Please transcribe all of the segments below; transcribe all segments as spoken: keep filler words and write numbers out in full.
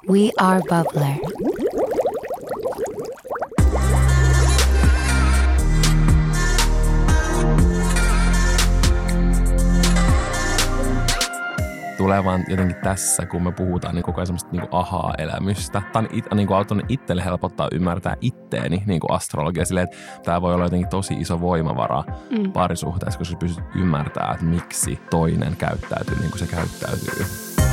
We are Bubbler. Tulee vaan jotenkin tässä, kun me puhutaan niin koko ajan semmoista niin ahaa-elämystä. Tämä on it, niin kuin auttanut itselle helpottaa ymmärtää itteeni niin kuin astrologia silleen, että tämä voi olla jotenkin tosi iso voimavara mm. parisuhteessa, koska pystyt ymmärtämään, että miksi toinen käyttäytyy niin kuin se käyttäytyy.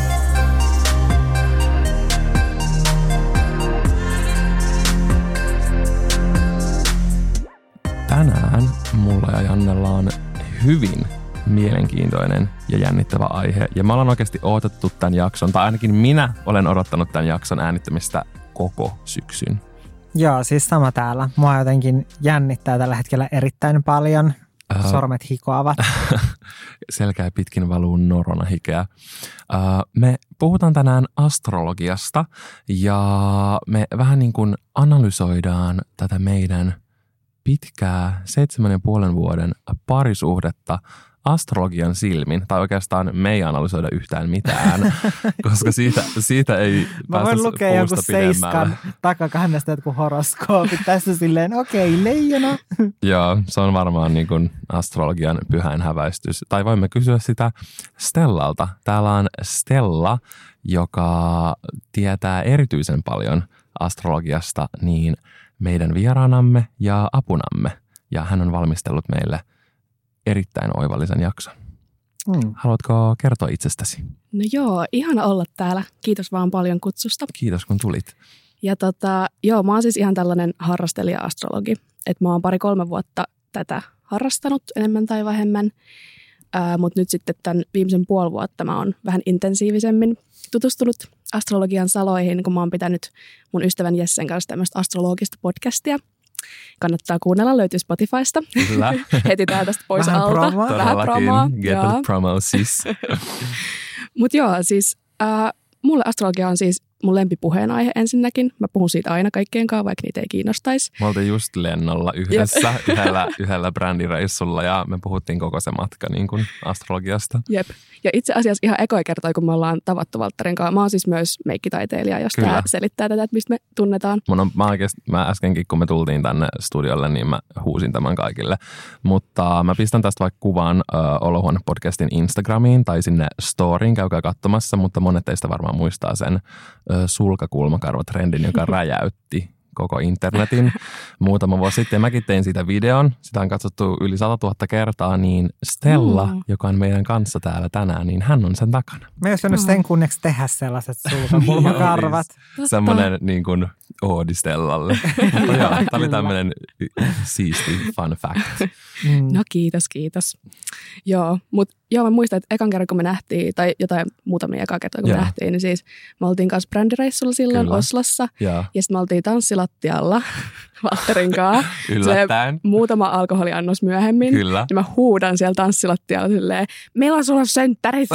Tänään mulla ja Jannella on hyvin mielenkiintoinen ja jännittävä aihe. Ja me ollaan oikeasti odotettu tämän jakson, tai ainakin minä olen odottanut tämän jakson äänittämistä koko syksyn. Joo, siis sama täällä. Mua jotenkin jännittää tällä hetkellä erittäin paljon. Uh, Sormet hikoavat. Selkää pitkin valuu norona hikeä. Uh, me puhutaan tänään astrologiasta ja me vähän niin kuin analysoidaan tätä meidän pitkää seitsemän ja puolen vuoden parisuhdetta astrologian silmin, tai oikeastaan me ei analysoida yhtään mitään, koska siitä, siitä ei Mä päästä voin lukea joku pidemmälle. seiskan takakannesta jotkut horoskoopit tässä silleen, okei, okay, leijona. Joo, se on varmaan niin kuin astrologian pyhäin häväistys. Tai voimme kysyä sitä Stellalta. Täällä on Stella, joka tietää erityisen paljon astrologiasta niin meidän vieraanamme ja apunamme. Ja hän on valmistellut meille erittäin oivallisen jakson. Mm. Haluatko kertoa itsestäsi? No joo, ihana olla täällä. Kiitos vaan paljon kutsusta. Kiitos kun tulit. Ja tota, joo, mä oon siis ihan tällainen harrastelija-astrologi. Että mä oon pari-kolme vuotta tätä harrastanut enemmän tai vähemmän. Ää, mutta nyt sitten tämän viimeisen puoli vuotta mä oon vähän intensiivisemmin tutustunut astrologian saloihin, kun mä oon pitänyt mun ystävän Jessen kanssa tämmöistä astrologista podcastia. Kannattaa kuunnella, löytyy Spotifysta. Kyllä. Heti tää tästä pois Vähän alta. promoa. Vähän promoa. Get the promo, sis. Mutta joo, siis äh, mulle astrologia on siis mun lempipuheenaihe ensinnäkin. Mä puhun siitä aina kaikkien kanssa, vaikka niitä ei kiinnostaisi. Me oltiin just lennolla yhdessä, yhdellä, yhdellä brändireissulla ja me puhuttiin koko se matka niin kuin astrologiasta. Jep. Ja itse asiassa ihan ekoi kertoi, kun me ollaan tavattu Valtterin kanssa. Mä oon siis myös meikkitaiteilija, jos Kyllä. tää selittää tätä, että mistä me tunnetaan. Mun on, mä, oikeasti, mä äskenkin, kun me tultiin tänne studiolle, niin mä huusin tämän kaikille. Mutta mä pistän tästä vaikka kuvan ö, Olohuone-podcastin Instagramiin tai sinne storyin, käykää katsomassa, mutta monet teistä varmaan muistaa sen ö, sulkakulmakarvatrendin, joka räjäytti koko internetin muutama vuosi sitten. Mäkin tein siitä videon. Sitä on katsottu yli sata tuhatta kertaa, niin Stella, mm. joka on meidän kanssa täällä tänään, niin hän on sen takana. Me olisi voinut sen kunneksi tehdä sellaiset sulkakulmakarvat. Semmoinen niin kuin oodi Stellalle. Mutta joo, tämä oli tämmöinen siisti fun fact. Mm. No kiitos, kiitos. Joo, mutta joo, mä muistan, että ekan kerran kun me nähtiin, tai jotain muutamia ekaa kertoja kun me nähtiin, niin siis me oltiin kanssa brändireissulla silloin Kyllä. Oslossa. Ja, ja sitten me oltiin tanssilattialla Valtterin kanssa. Yllättäen. Muutama alkoholiannos myöhemmin. Kyllä. Ja mä huudan siellä tanssilattialla silleen, meillä sulla sönttärit.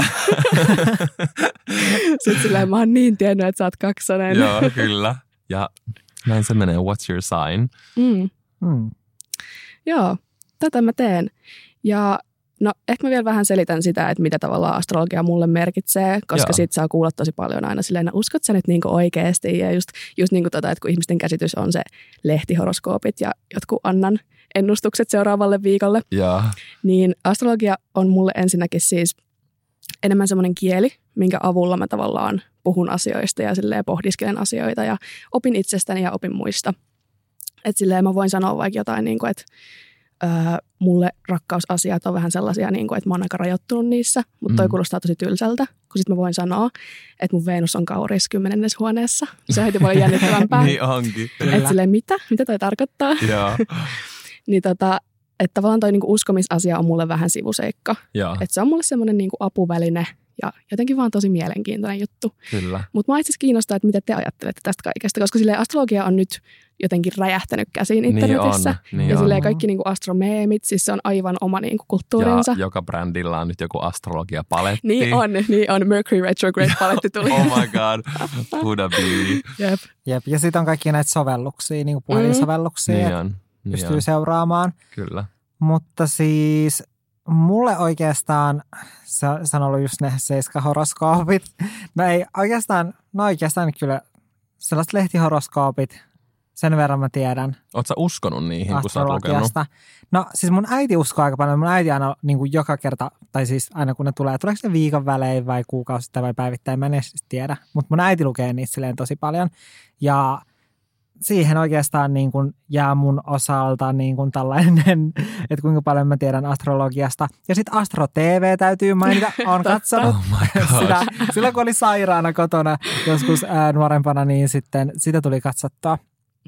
Sitten silleen, mä oon niin tiennyt, että sä oot kaksonen. Joo, kyllä. Ja näin se menee, what's your sign? Mm. Mm. Joo, tätä mä teen. Ja no ehkä mä vielä vähän selitän sitä, että mitä tavallaan astrologia mulle merkitsee, koska Joo. siitä saa kuulla tosi paljon aina silleen, no uskot sä nyt niinku oikeasti? Ja just, just niin kuin tota, että kun ihmisten käsitys on se lehtihoroskoopit ja jotkut annan ennustukset seuraavalle viikolle, Joo. niin astrologia on mulle ensinnäkin siis enemmän semmoinen kieli, minkä avulla mä tavallaan puhun asioista ja silleen pohdiskelen asioita ja opin itsestäni ja opin muista. Että silleen mä voin sanoa vaikka jotain, niin kuin, että öö, mulle rakkausasiat on vähän sellaisia, niin kuin, että mä oon aika rajoittunut niissä, mutta toi mm. kuulostaa tosi tylsältä, kun sit mä voin sanoa, että mun Venus on kauris kymmenennes huoneessa. Se on heti paljon jännittävämpää. Niin onkin. Että silleen, mitä? Mitä toi tarkoittaa? Joo. Niin tota, että tavallaan toi niinku uskomisasia on mulle vähän sivuseikka. Että se on mulle semmoinen niinku apuväline ja jotenkin vaan tosi mielenkiintoinen juttu. Kyllä. Mutta mä itse asiassa kiinnostaa, että mitä te ajattelette tästä kaikesta, koska silleen astrologia on nyt jotenkin räjähtänyt käsiin internetissä. Niin on, niin ja silleen on. kaikki niinku astromeemit, siis se on aivan oma niinku kulttuurinsa. Ja joka brändillä on nyt joku astrologia-paletti. Niin on, niin on. Mercury Retrograde-paletti tuli. Oh my god, Buddha beauty. Jep. Jep. Ja sitten on kaikki näitä sovelluksia, niin kuin puhelinsovelluksia, mm. että niin on, niin pystyy on. seuraamaan. Kyllä. Mutta siis mulle oikeastaan, se, se on ollut just ne seiskahoroskoopit. No ei oikeastaan, no oikeastaan kyllä sellaiset lehtihoroskoopit, sen verran mä tiedän. Ootko sä uskonut niihin, kun sä oot lukenut? No siis mun äiti uskoo aika paljon. Mun äiti aina niin kuin joka kerta, tai siis aina kun ne tulee, tuleeko ne viikon välein vai kuukausittain vai päivittäin, mä en edes tiedä. Mutta mun äiti lukee niitä silleen tosi paljon. Ja siihen oikeastaan niin kuin jää mun osalta niin kuin tällainen, että kuinka paljon mä tiedän astrologiasta. Ja sitten Astro T V täytyy mainita, on katsonut oh sitä. Silloin kun oli sairaana kotona joskus ää, nuorempana, niin sitten sitä tuli katsottua.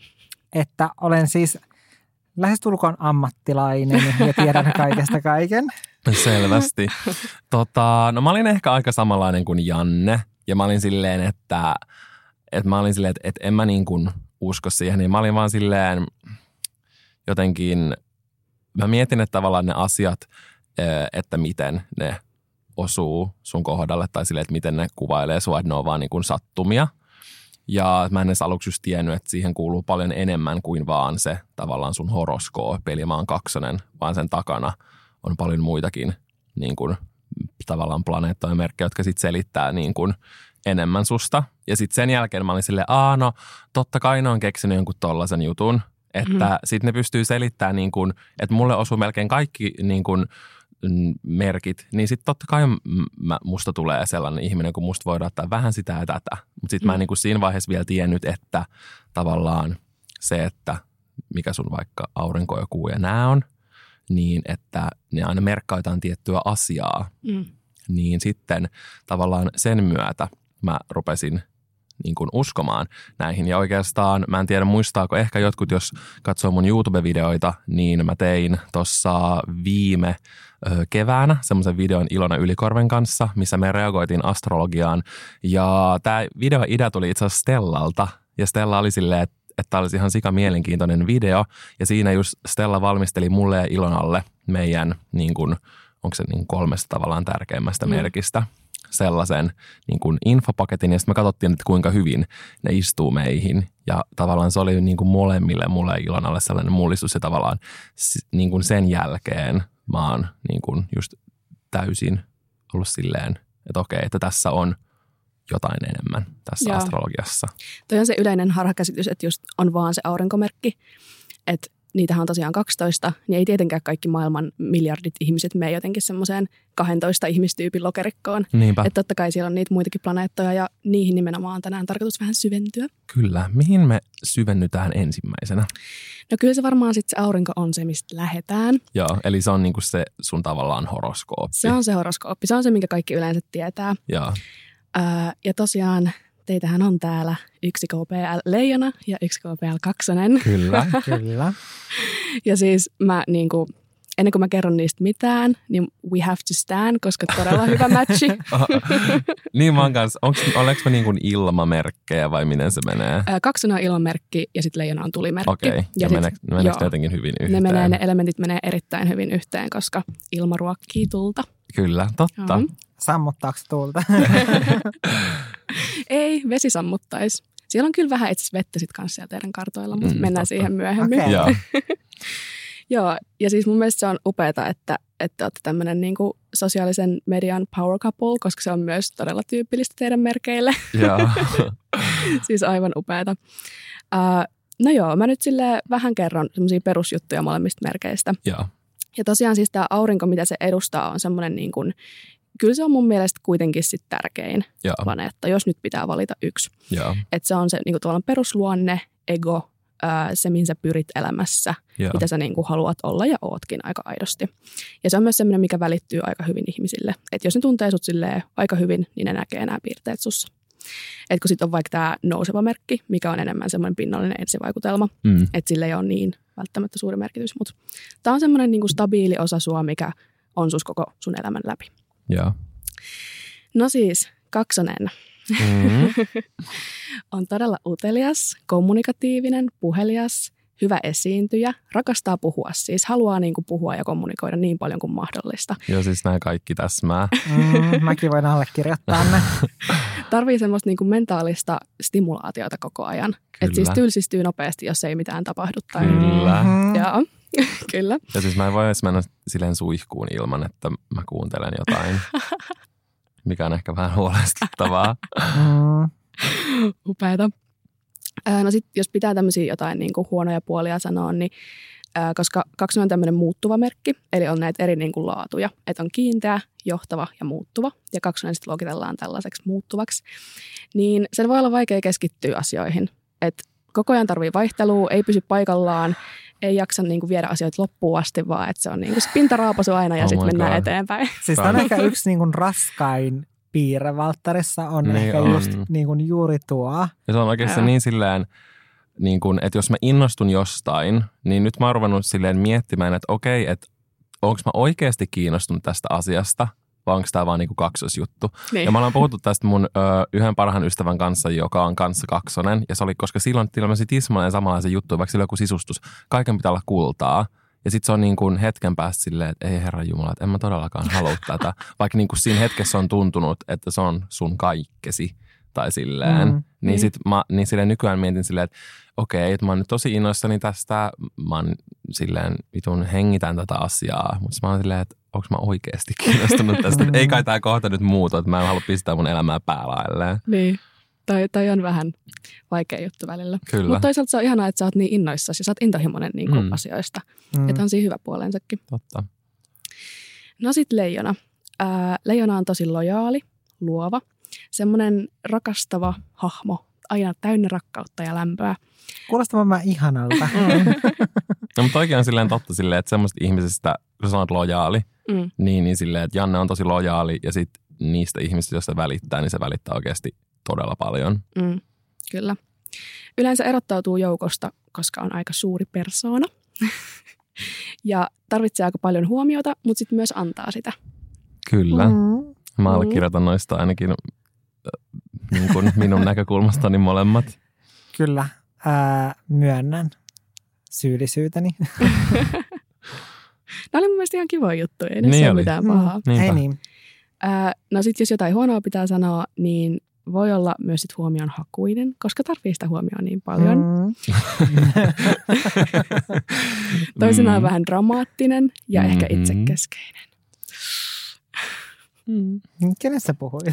Että olen siis lähestulkoon ammattilainen ja tiedän kaikesta kaiken. Selvästi. Tota, no mä olin ehkä aika samanlainen kuin Janne. Ja mä olin silleen, että, että mä olin silleen, että, että en mä niin kuin usko siihen. Niin mä olin vaan silleen jotenkin, mä mietin, että tavallaan ne asiat, että miten ne osuu sun kohdalle. Tai silleen, että miten ne kuvailee sua, että ne on vaan niin kuin sattumia. Ja mä en edes aluksi just tiennyt, että siihen kuuluu paljon enemmän kuin vaan se tavallaan sun horoskooppi, eli mä oon kaksonen, vaan sen takana on paljon muitakin niin kuin, tavallaan planeettoja merkkejä, jotka sitten selittää niin kuin, enemmän susta. Ja sitten sen jälkeen mä olin silleen, aah no totta kai ne on keksinyt jonkun tollaisen jutun, että mm-hmm. sitten ne pystyy selittämään, niin kuin, että mulle osuu melkein kaikki niin kuin, merkit, niin sitten totta kai mä, musta tulee sellainen ihminen, kun musta voidaan ottaa vähän sitä ja tätä. Mutta sitten mm. mä en niin kuin siinä vaiheessa vielä tiennyt, että tavallaan se, että mikä sun vaikka aurinko ja kuu ja nää on, niin että ne aina merkkaitaan tiettyä asiaa. Mm. Niin sitten tavallaan sen myötä mä rupesin niin kuin uskomaan näihin. Ja oikeastaan, mä en tiedä muistaako ehkä jotkut, jos katsoo mun YouTube-videoita, niin mä tein tuossa viime ö, keväänä semmoisen videon Ilona Ylikorven kanssa, missä me reagoitiin astrologiaan. Ja tää videoidea tuli itse asiassa Stellalta. Ja Stella oli silleen, että että tämä olisi ihan sika mielenkiintoinen video. Ja siinä just Stella valmisteli mulle ja Ilonalle meidän, niin kuin, onko se niin kolmesta tavallaan tärkeimmästä mm. merkistä, sellaisen niin kuin infopaketin, ja sitten me katsottiin, että kuinka hyvin ne istuu meihin. Ja tavallaan se oli niin kuin molemmille, mulle ja Ilonalle sellainen mullistus, ja tavallaan niin kuin sen jälkeen mä oon niin kuin just täysin ollut silleen, että okei, että tässä on jotain enemmän tässä Joo. astrologiassa. Toi on se yleinen harhakäsitys, että just on vaan se aurinkomerkki, että niitähän on tosiaan kaksitoista, niin ei tietenkään kaikki maailman miljardit ihmiset mene jotenkin semmoiseen kahdentoista ihmistyypin lokerikkoon. Niinpä. Että totta kai siellä on niitä muitakin planeettoja ja niihin nimenomaan on tänään tarkoitus vähän syventyä. Kyllä. Mihin me syvennytään ensimmäisenä? No kyllä se varmaan sitten se aurinko on se, mistä lähdetään. Joo, eli se on niinku se sun tavallaan horoskooppi. Se on se horoskooppi. Se on se, minkä kaikki yleensä tietää. Joo. Öö, ja tosiaan teitähän on täällä yksi K P L-leijona ja yksi K P L-kaksonen. Kyllä, kyllä. Ja siis mä niin kuin, ennen kuin mä kerron niistä mitään, niin we have to stand, koska todella hyvä matchi. Niin mä oon kanssa. Olenko mä niin kuin ilmamerkkejä vai miten se menee? Kaksonen on ilmamerkki ja sitten leijona on tulimerkki. Okei, okay. ja, ja meneekö ne jotenkin hyvin yhteen? Ne, menee, ne elementit menee erittäin hyvin yhteen, koska ilma ruokkii tulta. Kyllä, totta. Mm. Sammuttaako tuulta? Ei, vesi sammuttaisi. Siellä on kyllä vähän itse vettä sitten kanssa siellä teidän kartoilla, mutta mm, mennään totta. siihen myöhemmin. Okay. Joo. Joo, ja siis mun mielestä se on upeata, että, että olette tämmöinen niin kuin sosiaalisen median power couple, koska se on myös todella tyypillistä teidän merkeille. Joo. Siis aivan upeata. Uh, no joo, mä nyt silleen vähän kerron semmoisia perusjuttuja molemmista merkeistä. Joo. Ja tosiaan siis tämä aurinko, mitä se edustaa, on semmoinen niin kuin, kyllä se on mun mielestä kuitenkin sit tärkein Joo. planeetta, jos nyt pitää valita yksi. Että se on se niin kuin tavallaan perusluonne, ego, ää, se mihin sä pyrit elämässä, Joo. mitä sä niin kuin haluat olla ja ootkin aika aidosti. Ja se on myös semmoinen, mikä välittyy aika hyvin ihmisille. Että jos ne tuntee sut silleen aika hyvin, niin ne näkee nämä piirteet sussa. Että kun sitten on vaikka tämä nouseva merkki, mikä on enemmän semmoinen pinnallinen ensivaikutelma, mm. että sillä ei ole niin välttämättä suuri merkitys. Mutta tämä on semmoinen niinku stabiili osa sua, mikä on sus koko sun elämän läpi. Joo. No siis, kaksonen mm-hmm. on todella utelias, kommunikatiivinen, puhelias, hyvä esiintyjä, rakastaa puhua siis, haluaa niinku puhua ja kommunikoida niin paljon kuin mahdollista. Joo, siis nämä kaikki täsmää. Mm, mäkin voin allekirjoittaa ne. Tarvii semmoista niinku mentaalista stimulaatiota koko ajan. Että siis tylsistyy nopeasti, jos ei mitään tapahdu. Tai... Kyllä. Mm-hmm. Joo, kyllä. Ja siis mä en voi edes mennä silleen suihkuun ilman, että mä kuuntelen jotain, mikä on ehkä vähän huolestuttavaa. Mm. Upeata. No sitten jos pitää tämmöisiä jotain niin kuin huonoja puolia sanoa, niin ää, koska kaksi on tämmöinen muuttuva merkki, eli on näitä eri niin kuin laatuja, että on kiinteä, johtava ja muuttuva, ja kaksonen sitten luokitellaan tällaiseksi muuttuvaksi, niin sen voi olla vaikea keskittyä asioihin, että koko ajan tarvii vaihtelua, ei pysy paikallaan, ei jaksa niin kuin viedä asioita loppuun asti, vaan että se on niin kuin pintaraapasu aina ja oh sitten mennään eteenpäin. Siis tämä on ehkä yksi niin kuin raskain piirre Valtterissa on niin ehkä on. just niin kuin juuri tuo. Ja se on oikeasti niin silleen, niin kuin, että jos mä innostun jostain, niin nyt mä oon ruvennut silleen miettimään, että okei, että onko mä oikeasti kiinnostunut tästä asiasta, vai onko tämä vaan niin kuin kaksosjuttu. Niin. Ja mä olen puhuttu tästä mun ö, yhden parhaan ystävän kanssa, joka on kanssa kaksonen, ja se oli, koska silloin ilmeisesti tismalleen samanlaisen juttu, vaikka sillä joku sisustus, kaiken pitää olla kultaa. Ja sitten se on niin kuin hetken päästä silleen, että ei herra jumala, että en mä todellakaan halua tätä. Vaikka niin kuin siinä hetkessä on tuntunut, että se on sun kaikkesi tai silleen. Mm, niin niin sitten mä niin silleen nykyään mietin silleen, että okei, että mä oon nyt tosi innoissani tästä. Mä oon silleen vitun hengitän tätä asiaa. Mutta mä oon silleen, että onko mä oikeasti kiinnostunut tästä. Että ei kai tää kohta nyt muuta, että mä en halua pistää mun elämää päälailleen. Niin. Tai, tai on vähän vaikea juttu välillä. Kyllä. Mutta toisaalta se on ihanaa, että sä oot niin innoissasi ja sä oot intohimoinen niin kuin mm. asioista. Mm. Että on siinä hyvä puolensakin. Totta. No sit leijona. Ää, leijona on tosi lojaali, luova. Semmoinen rakastava hahmo. Aina täynnä rakkautta ja lämpöä. Kuulostaa mä ihanalta. No, mutta oikein on silleen totta silleen, että semmoista ihmisistä, kun sä sanot lojaali, mm. niin, niin silleen, että Janne on tosi lojaali ja sitten niistä ihmisistä, joista välittää, niin se välittää oikeasti todella paljon. Mm, kyllä. Yleensä erottautuu joukosta, koska on aika suuri persoona. Ja tarvitsee aika paljon huomiota, mutta sitten myös antaa sitä. Kyllä. Mm. Mä allekirjoitan noista ainakin niin kuin minun näkökulmastani molemmat. Kyllä. Ää, myönnän syyllisyyteni. Nämä oli mun mielestä ihan kivoja juttuja. Ei niin se ole mitään pahaa. Mm, ei niin. Ää, no sitten jos jotain huonoa pitää sanoa, niin voi olla myös sit huomionhakuinen, koska tarvitsee sitä huomioon niin paljon. Mm. Toisinaan mm. vähän dramaattinen ja mm-hmm. ehkä itsekeskeinen. Mm. Kenestä puhuit?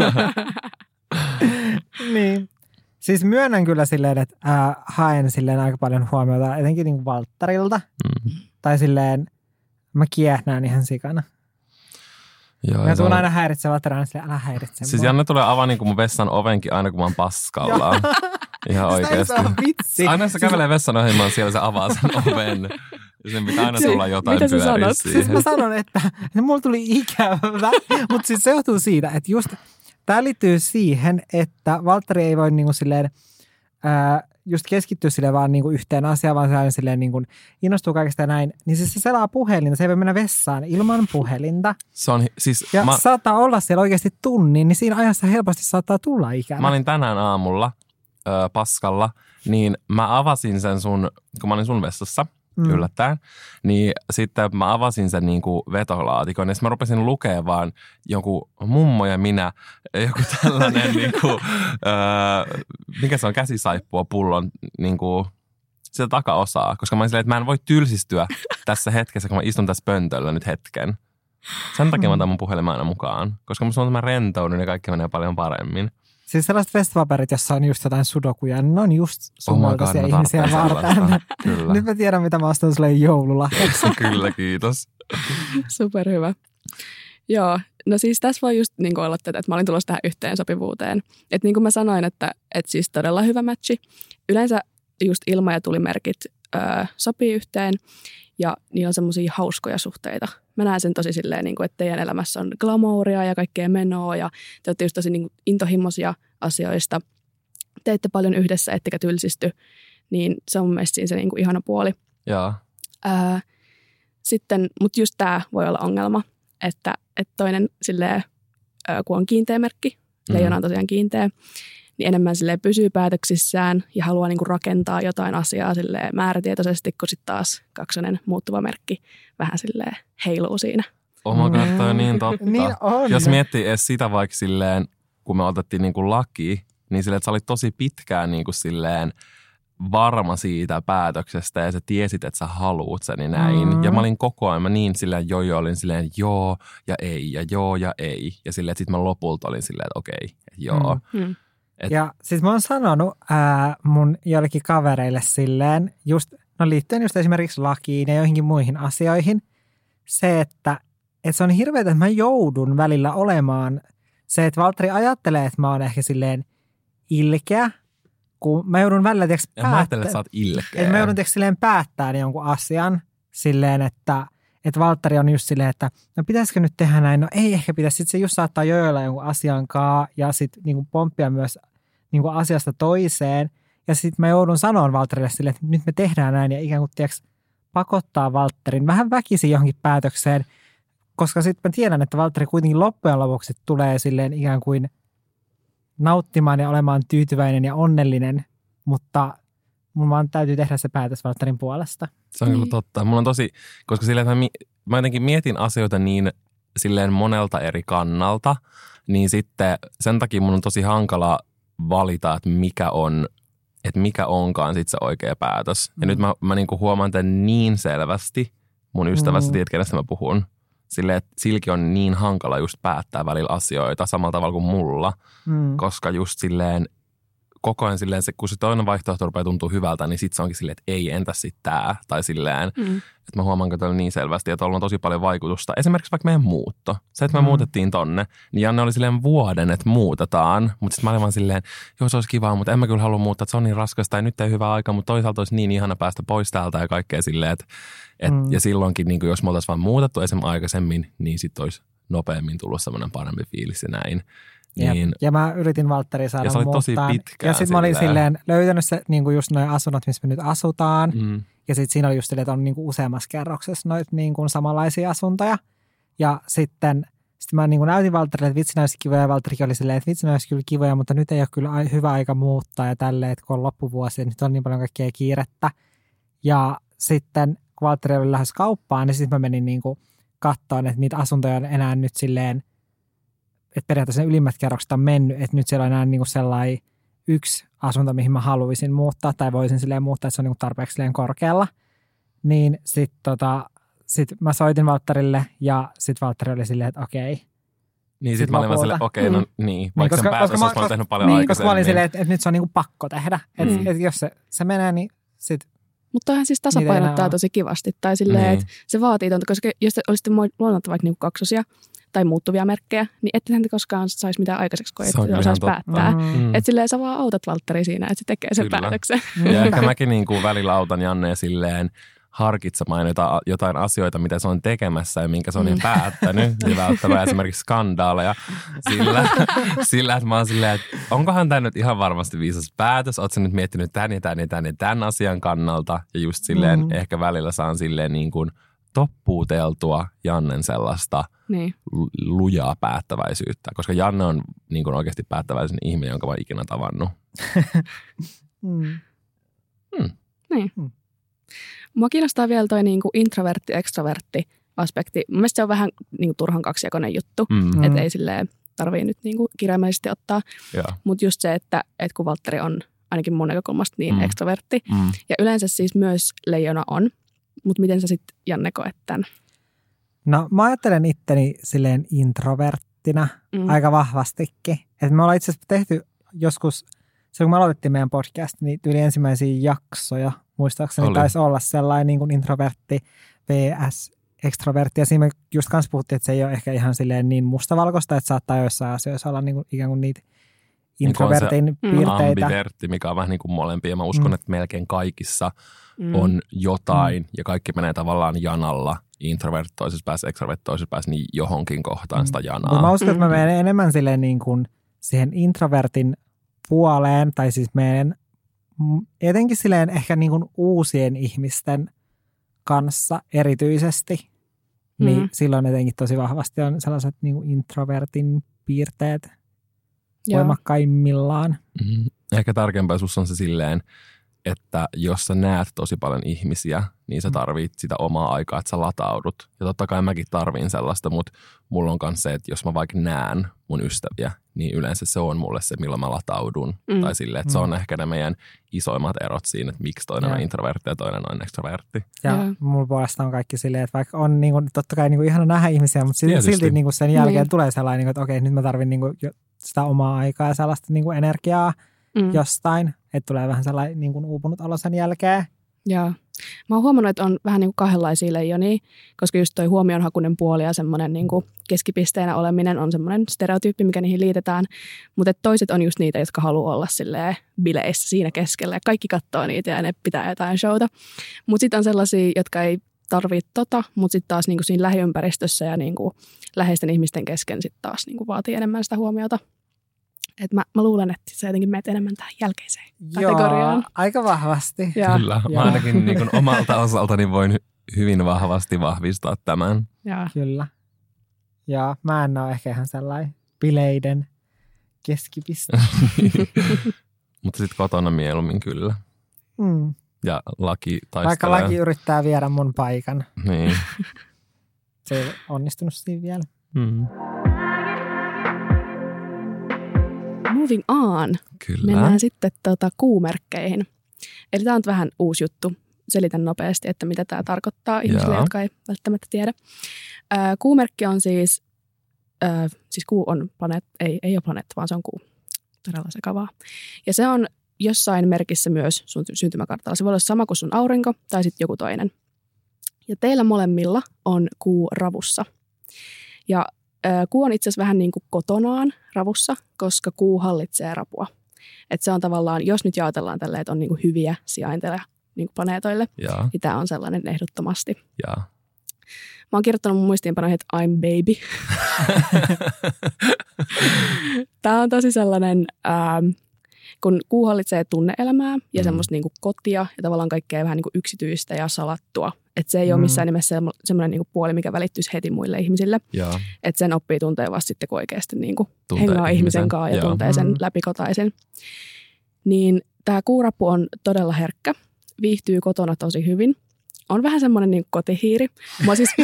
Niin. Siis myönnän kyllä silleen, että äh, haen silleen aika paljon huomiota, etenkin niin kuin Valtterilta. Mm. Tai silleen, mä kiehnään ihan sikana. Joo, mä tuun on aina häiritsemään Valtteria, silleen, älä häiritse Siis mua. Janne tulee avaa niin kuin mun vessan ovenkin aina, kun mä oon paskalla. Ihan oikeasti. Sitä vitsi. Aina se kävelee vessan ohi, mä oon siellä, se avaa sen oven. Ja sen pitää aina tulla jotain pyöriä siihen. Siis mä sanon, että mulla tuli ikävä, mutta siis se johtuu siitä, että just tämä liittyy siihen, että Valtteri ei voi niinku silleen, ää, just keskittyä silleen vaan niinku yhteen asiaan, vaan se aina silleen niinku innostuu kaikesta ja näin. Niin siis se selaa puhelinta, se ei voi mennä vessaan ilman puhelinta. Se on siis... Ja mä, saattaa olla siellä oikeasti tunnin, niin siinä ajassa helposti saattaa tulla ikävä. Mä olin tänään aamulla ö, paskalla, niin mä avasin sen sun, kun mä olin sun vessassa, Mm. yllättäen, niin sitten mä avasin sen niin kuin vetolaatikon ja sitten mä rupesin lukea vaan joku mummo ja minä, joku tällainen niin kuin, öö, mikä se on, käsisaippua pullon niin kuin sitä takaosaa, koska mä olin silleen, että mä en voi tylsistyä tässä hetkessä, kun mä istun tässä pöntöllä nyt hetken. Sen takia mä otan mun puhelimen aina mukaan, koska musta on tämä rentoudun ja kaikki menee paljon paremmin. Siis sellaiset vestipaperit, jossa on just jotain sudokuja, ne on just sun muotoisia oh ihmisiä varten. Nyt mä tiedän, mitä mä ostan sulle joululahjaksi. Kyllä, kiitos. Superhyvä. Joo, no siis tässä voi just niin kuin olla tätä, että mä olin tulossa tähän yhteensopivuuteen. Että niin kuin mä sanoin, että, että siis todella hyvä matchi. Yleensä just ilma- ja tulimerkit öö, sopii yhteen ja niillä on semmoisia hauskoja suhteita. Mä näen sen tosi silleen, niin kuin, että teidän elämässä on glamouria ja kaikkea menoa ja te olette just tosi niin kuin intohimoisia asioista. Teette paljon yhdessä, ettekä tylsisty, niin se on mun mielestä siinä se niin kuin ihana puoli. Joo. Ää, sitten, mutta just tämä voi olla ongelma, että, että toinen silleen, ää, kun on kiinteä merkki, leijona on tosiaan kiinteä, niin enemmän silleen pysyy päätöksissään ja haluaa niinku rakentaa jotain asiaa silleen määrätietoisesti, kun sitten taas kaksonen muuttuva merkki vähän silleen heiluu siinä. Oh my god, toi on niin totta. Niin on. Jos miettii edes sitä vaikka silleen, kun me otettiin niinku laki, niin silleen, että sä olit tosi pitkään niinku silleen varma siitä päätöksestä ja sä tiesit, että sä haluut sen ja näin. Mm. Ja mä olin koko ajan, mä niin silleen jo jo olin silleen joo ja ei ja joo ja ei. Ja silleen, että sit mä lopulta olin silleen, että okei, joo. Mm. Et... Ja siis mä oon sanonut ää, mun jollekin kavereille silleen, just, no liittyen just esimerkiksi lakiin ja joihinkin muihin asioihin, se, että, että se on hirveätä, että mä joudun välillä olemaan se, että Valtteri ajattelee, että mä oon ehkä silleen ilkeä, kun mä joudun välillä tiiäks, päättää. Mä ajattelen, että sä oot ilkeä. Että mä joudun tiiäks, silleen päättämään jonkun asian silleen, että että Valtteri on just silleen, että no pitäisikö nyt tehdä näin? No ei ehkä pitäisi. Sitten se just saattaa joilla jonkun asiankaan ja sitten niinku pomppia myös niinku asiasta toiseen. Ja sitten mä joudun sanomaan Valtterille silleen, että nyt me tehdään näin ja ikään kuin tiiäks, pakottaa Valtterin vähän väkisin johonkin päätökseen. Koska sitten mä tiedän, että Valtteri kuitenkin loppujen lopuksi tulee silleen ikään kuin nauttimaan ja olemaan tyytyväinen ja onnellinen. Mutta mun vaan täytyy tehdä se päätös Valtterin puolesta. Se on kyllä totta. Mulla on tosi, koska silleen, että mä, mä jotenkin mietin asioita niin silleen monelta eri kannalta, niin sitten sen takia mun on tosi hankala valita, että mikä on, että mikä onkaan sitten se oikea päätös. Mm. Ja nyt mä, mä niinku huomaan tämän niin selvästi mun ystävässä, mm. tiedät kenestä mä puhun. Silleen, että silläkin on niin hankala just päättää välillä asioita samalla tavalla kuin mulla, mm. koska just silleen koko ajan silleen, se, kun se toinen vaihtoehto rupeaa tuntua hyvältä, niin sitten se onkin silleen, että ei, entäs sitten tämä? Tai silleen, mm. että mä huomaan että niin selvästi, että on tosi paljon vaikutusta. Esimerkiksi vaikka meidän muutto. Se, että me mm. muutettiin tonne, niin Janne oli silleen vuoden, että muutetaan. Mutta sitten mä olin vaan silleen, joo se olisi kivaa, mutta en mä kyllä halua muuttaa, että se on niin raskasta ja nyt ei hyvä aika, mutta toisaalta olisi niin ihana päästä pois täältä ja kaikkea silleen. Että, et, mm. Ja silloinkin, niin jos me oltaisiin vaan muutettu esimerkiksi aikaisemmin, niin sitten olisi nopeammin tullut semmoinen parempi fiilis ja näin. Niin. Ja mä yritin Valtteria saada muuttaa. Ja tosi pitkään. Ja sitten mä olin silleen löytänyt se, niin kuin just noin asunnot, missä me nyt asutaan. Mm. Ja sitten siinä oli just silleen, että on niin kuin useammassa kerroksessa noita niin kuin samanlaisia asuntoja. Ja sitten sit mä niin kuin näytin Valtterille, että vitsi näyisi kivoja. Ja Valtterikin oli silleen, että vitsi näyisi kyllä kivoja, mutta nyt ei ole kyllä hyvä aika muuttaa. Ja tälleen, että kun on loppuvuosi, että nyt on niin paljon kaikkea kiirettä. Ja sitten kun Valtteri oli lähes kauppaan, niin sitten mä menin niin kuin katsomaan, että niitä asuntoja on enää nyt silleen, että periaatteessa ne ylimmät kerrokset on mennyt, että nyt siellä on enää niinku sellainen yksi asunto, mihin mä haluaisin muuttaa tai voisin silleen muuttaa, että se on niinku tarpeeksi silleen korkealla. Niin sitten tota, sit mä soitin Valtterille ja sitten Valtteri oli silleen, että okei. Niin sitten sit mä olin vaan silleen, okei, no mm. niin, vaikka niin, koska, sen päätös olisi mä tehnyt paljon niin, aikaisemmin. Koska mä olin silleen, että, että nyt se on niinku pakko tehdä. Että mm. et jos se, se menee, niin sitten. Mutta toihan siis tasapainottaa tosi kivasti. Tai silleen, niin. Että se vaatii tonta, koska jos te olisitte luonnolta vaikka niinku kaksosia, tai muuttuvia merkkejä, niin ettehän te koskaan saisi mitään aikaiseksi, kun et osaisi päättää. Mm. Että silleen sä vaan autat Valtteri siinä, että se tekee sen Kyllä. päätöksen. Ja ehkä mäkin niin kuin välillä autan Jannea silleen harkitsemaan jotain, jotain asioita, mitä se on tekemässä ja minkä se on niin päättänyt. Ja välttämättä esimerkiksi skandaaleja sillä, sillä, että mä oon silleen, että onkohan tämä nyt ihan varmasti viisas päätös? Ootko sä nyt miettinyt tämän ja tämän ja tämän ja tämän asian kannalta? Ja just silleen mm. ehkä välillä saan silleen niin kuin toppuuteltua Jannen sellaista niin. lujaa päättäväisyyttä, koska Janne on niin kuin oikeasti päättäväisen ihminen, jonka mä oon ikinä tavannut. mm. Hmm. Niin. Hmm. Mua kiinnostaa vielä toi niin kuin introvertti-extrovertti aspekti. Mun mielestä se on vähän niin kuin turhan kaksijakoinen juttu, mm. että ei silleen tarvii nyt niin kuin kirjaimellisesti ottaa. Mutta just se, että, että kun Valtteri on ainakin mun näkökulmasta niin mm. extrovertti, mm. ja yleensä siis myös Leijona on. Mutta miten sä sitten, Janne, koet tämän? No mä ajattelen itteni silleen introverttina mm. aika vahvastikin. Et me ollaan itse asiassa tehty joskus, se kun me aloitettiin meidän podcast, niin tuli ensimmäisiä jaksoja. Muistaakseni Oli. taisi olla sellainen niin kuin introvertti vs extrovertti. Ja siinä me just kanssa puhuttiin, että se ei ole ehkä ihan silleen niin mustavalkoista, että saattaa joissain asioissa olla niin kuin, ikään kuin niitä introvertin niin piirteitä. Ambivertti, mikä on vähän niin kuin molempia. Mä uskon, mm. että melkein kaikissa mm. on jotain mm. ja kaikki menee tavallaan janalla. Introvert toisessa päässä, extrovert toisessa päässä, niin johonkin kohtaan mm. sitä janaa. Mä uskon, että mä menen enemmän silleen niin kuin siihen introvertin puoleen, tai siis menen etenkin silleen ehkä niin kuin uusien ihmisten kanssa erityisesti, mm. niin silloin etenkin tosi vahvasti on sellaiset niin kuin introvertin piirteet Joo. voimakkaimmillaan. Mm-hmm. Ehkä tärkeämpää sussa on se silleen, että jos sä näet tosi paljon ihmisiä, niin sä tarvit sitä omaa aikaa, että sä lataudut. Ja totta kai mäkin tarvin sellaista, mutta mulla on myös se, että jos mä vaikka näen mun ystäviä, niin yleensä se on mulle se, milloin mä lataudun. Mm. Tai silleen, että mm. se on ehkä ne meidän isoimmat erot siinä, että miksi toinen ja. on introvertti ja toinen on extrovertti. Ja, ja. mulla puolesta on kaikki silleen, että vaikka on niin kuin, totta kai niin kuin ihana nähdä ihmisiä, mutta silti, silti niin kuin sen jälkeen niin. tulee sellainen, että okei, nyt mä tarvin niin kuin sitä omaa aikaa ja sellaista niin kuin energiaa Mm. jostain, että tulee vähän sellainen niin kuin uupunut olo sen jälkeen. Joo. Mä oon huomannut, että on vähän niin kuin kahdenlaisia leijonia, koska just toi huomionhakuinen puoli ja semmoinen niin kuin keskipisteenä oleminen on semmoinen stereotyyppi, mikä niihin liitetään. Mutta toiset on just niitä, jotka haluaa olla silleen bileissä siinä keskellä ja kaikki katsoo niitä ja ne pitää jotain showta. Mutta sitten on sellaisia, jotka ei tarvitse tota, mutta sitten taas niin kuin siinä lähiympäristössä ja niin kuin läheisten ihmisten kesken sitten taas niin kuin vaatii enemmän sitä huomiota. Et mä, mä luulen, että sä jotenkin menet enemmän tähän jälkeiseen kategoriaan. Joo, aika vahvasti. Ja, Kyllä, Joo. mä ainakin niin kuin omalta osaltani voin hyvin vahvasti vahvistaa tämän. ja. Kyllä. Ja mä en ole ehkä ihan sellainen bileiden keskipiste. Mutta sitten kotona mieluummin kyllä. Mm. Ja laki taistelee. Vaikka laki yrittää viedä mun paikan. Niin. Se ei onnistunut siinä vielä. Mm. Moving on. Kyllä. Mennään sitten tota, kuumerkkeihin. Eli tämä on vähän uusi juttu. Selitän nopeasti, että mitä tämä tarkoittaa ihmisille, Joo. jotka ei välttämättä tiedä. Ää, kuumerkki on siis, ää, siis kuu on planeetta, ei, ei ole planeetta, vaan se on kuu. Todella sekavaa. Ja se on jossain merkissä myös sun syntymäkartalla. Se voi olla sama kuin sun aurinko tai sitten joku toinen. Ja teillä molemmilla on kuu ravussa. Ja ää, kuu on itse asiassa vähän niin kuin kotonaan ravussa, koska kuu hallitsee rapua. Et se on tavallaan, jos nyt jaotellaan tälleen, että on niin kuin hyviä sijainteja niin kuin planeetoille, Jaa, niin tämä on sellainen ehdottomasti. jaa. Mä oon kirjoittanut mun muistiinpanoihin, että I'm baby. Tämä on tosi sellainen, ähm, kun kuu hallitsee tunne-elämää ja Mm. semmoista niinku kotia ja tavallaan kaikkea vähän niinku yksityistä ja salattua. Että se ei ole Mm. missään nimessä semmo- semmoinen niinku puoli, mikä välittyisi heti muille ihmisille. Jaa. Että sen oppii tuntee vasta sitten, kun oikeasti niinku Tuntee hengaa ihmisen ihmisen. kanssa ja Joo. tuntee sen Mm. läpikotaisin. Niin tämä kuurappu on todella herkkä, viihtyy kotona tosi hyvin. On vähän semmoinen niin kotihiiri. Mua siis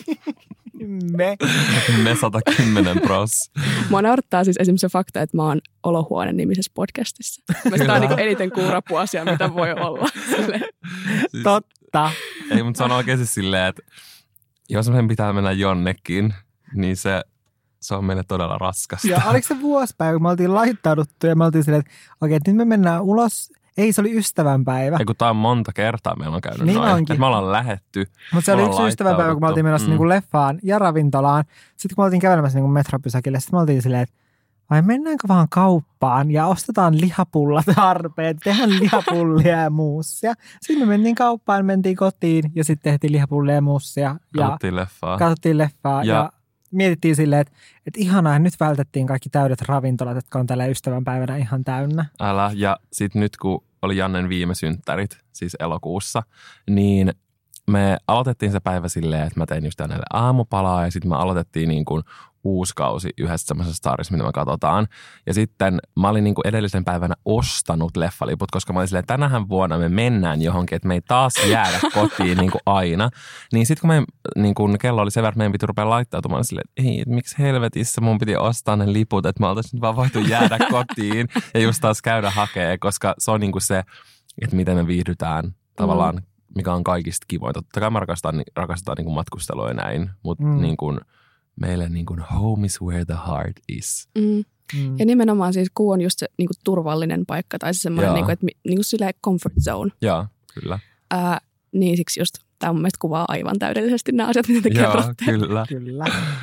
Me. Me sata kymmenen pros. Mua naurattaa siis esimerkiksi se fakta, että mä oon Olohuone nimisessä podcastissa. Mielestäni tämä on niin eniten kuurapuasia, mitä voi olla. Silleen. Siis, Totta. ei, mutta se on oikeasti silleen, että jos meidän pitää mennä jonnekin, niin se, se on meille todella raskasta. Ja oliko se vuosipäivä, kun me oltiin laittauduttu ja me oltiin silleen, että okei, että nyt me mennään ulos. Ei, se oli ystävänpäivä. Ja kun tää on monta kertaa meillä on käynyt Niin noin. onkin. Että me ollaan lähetty. Mutta se me oli ollaan yksi ystävänpäivä, kun me oltiin menossa mm. niinku leffaan ja ravintolaan. Sitten kun me oltiin kävelemässä niinku metropysäkille, sitten me oltiin silleen, että vai mennäänkö vaan kauppaan ja ostetaan lihapullat tarpeet, tehdään lihapullia ja muussia. Sitten me mentiin kauppaan, mentiin kotiin ja sitten tehtiin lihapullia ja muussia. Ja Katsottiin leffaa. katsottiin leffaa ja, Ja- ja mietittiin silleen, että, että ihanaa, että nyt vältettiin kaikki täydet ravintolat, jotka on tällä ystävänpäivänä ihan täynnä. Älä. Ja sitten nyt kun oli Jannen viime synttärit, siis elokuussa, niin me aloitettiin se päivä silleen, että mä tein just Jannelle aamupalaa ja sitten me aloitettiin niin kuin uusi kausi yhdessä semmoisessa starissa, mitä me katsotaan. Ja sitten mä olin niin kuin edellisen päivänä ostanut leffaliput, koska mä olin silleen, että tänähän vuonna me mennään johonkin, että me ei taas jäädä kotiin niin kuin aina. Niin sitten kun me, niin kuin kello oli sen verran, että meidän piti rupea laittautumaan silleen, että ei, että miksi helvetissä mun piti ostaa ne liput, että me oltaisiin nyt vaan voitu jäädä kotiin ja just taas käydä hakee, koska se on niin kuin se, että miten me viihdytään tavallaan, mm. mikä on kaikista kivointa. Totta kai me rakastetaan, rakastetaan niin kuin matkustelua ja näin, mutta Mm. niin kuin meille niin kuin home is where the heart is. Mm. Mm. Ja nimenomaan siis kuu on just se niin kuin turvallinen paikka tai se semmoinen, Joo. niin kuin, että mi- niin kuin silleen comfort zone. Joo, kyllä. Ää, niin siksi just tämä mun mielestä kuvaa aivan täydellisesti nämä asiat, mitä te Joo, kerrotte. kyllä. Kyllä.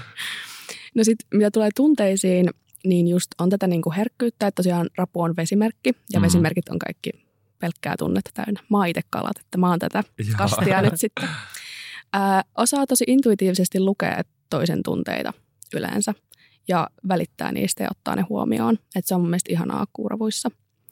No sitten mitä tulee tunteisiin, niin just on tätä niin kuin herkkyyttä, että tosiaan rapu on vesimerkki ja Mm. vesimerkit on kaikki pelkkää tunnetta täynnä. Mä oon itse kalat, että mä oon tätä Joo. kastia nyt sitten. Ää, osaa tosi intuitiivisesti lukea toisen tunteita yleensä ja välittää niistä ja ottaa ne huomioon. Että se on mun mielestä ihanaa kuuravuissa.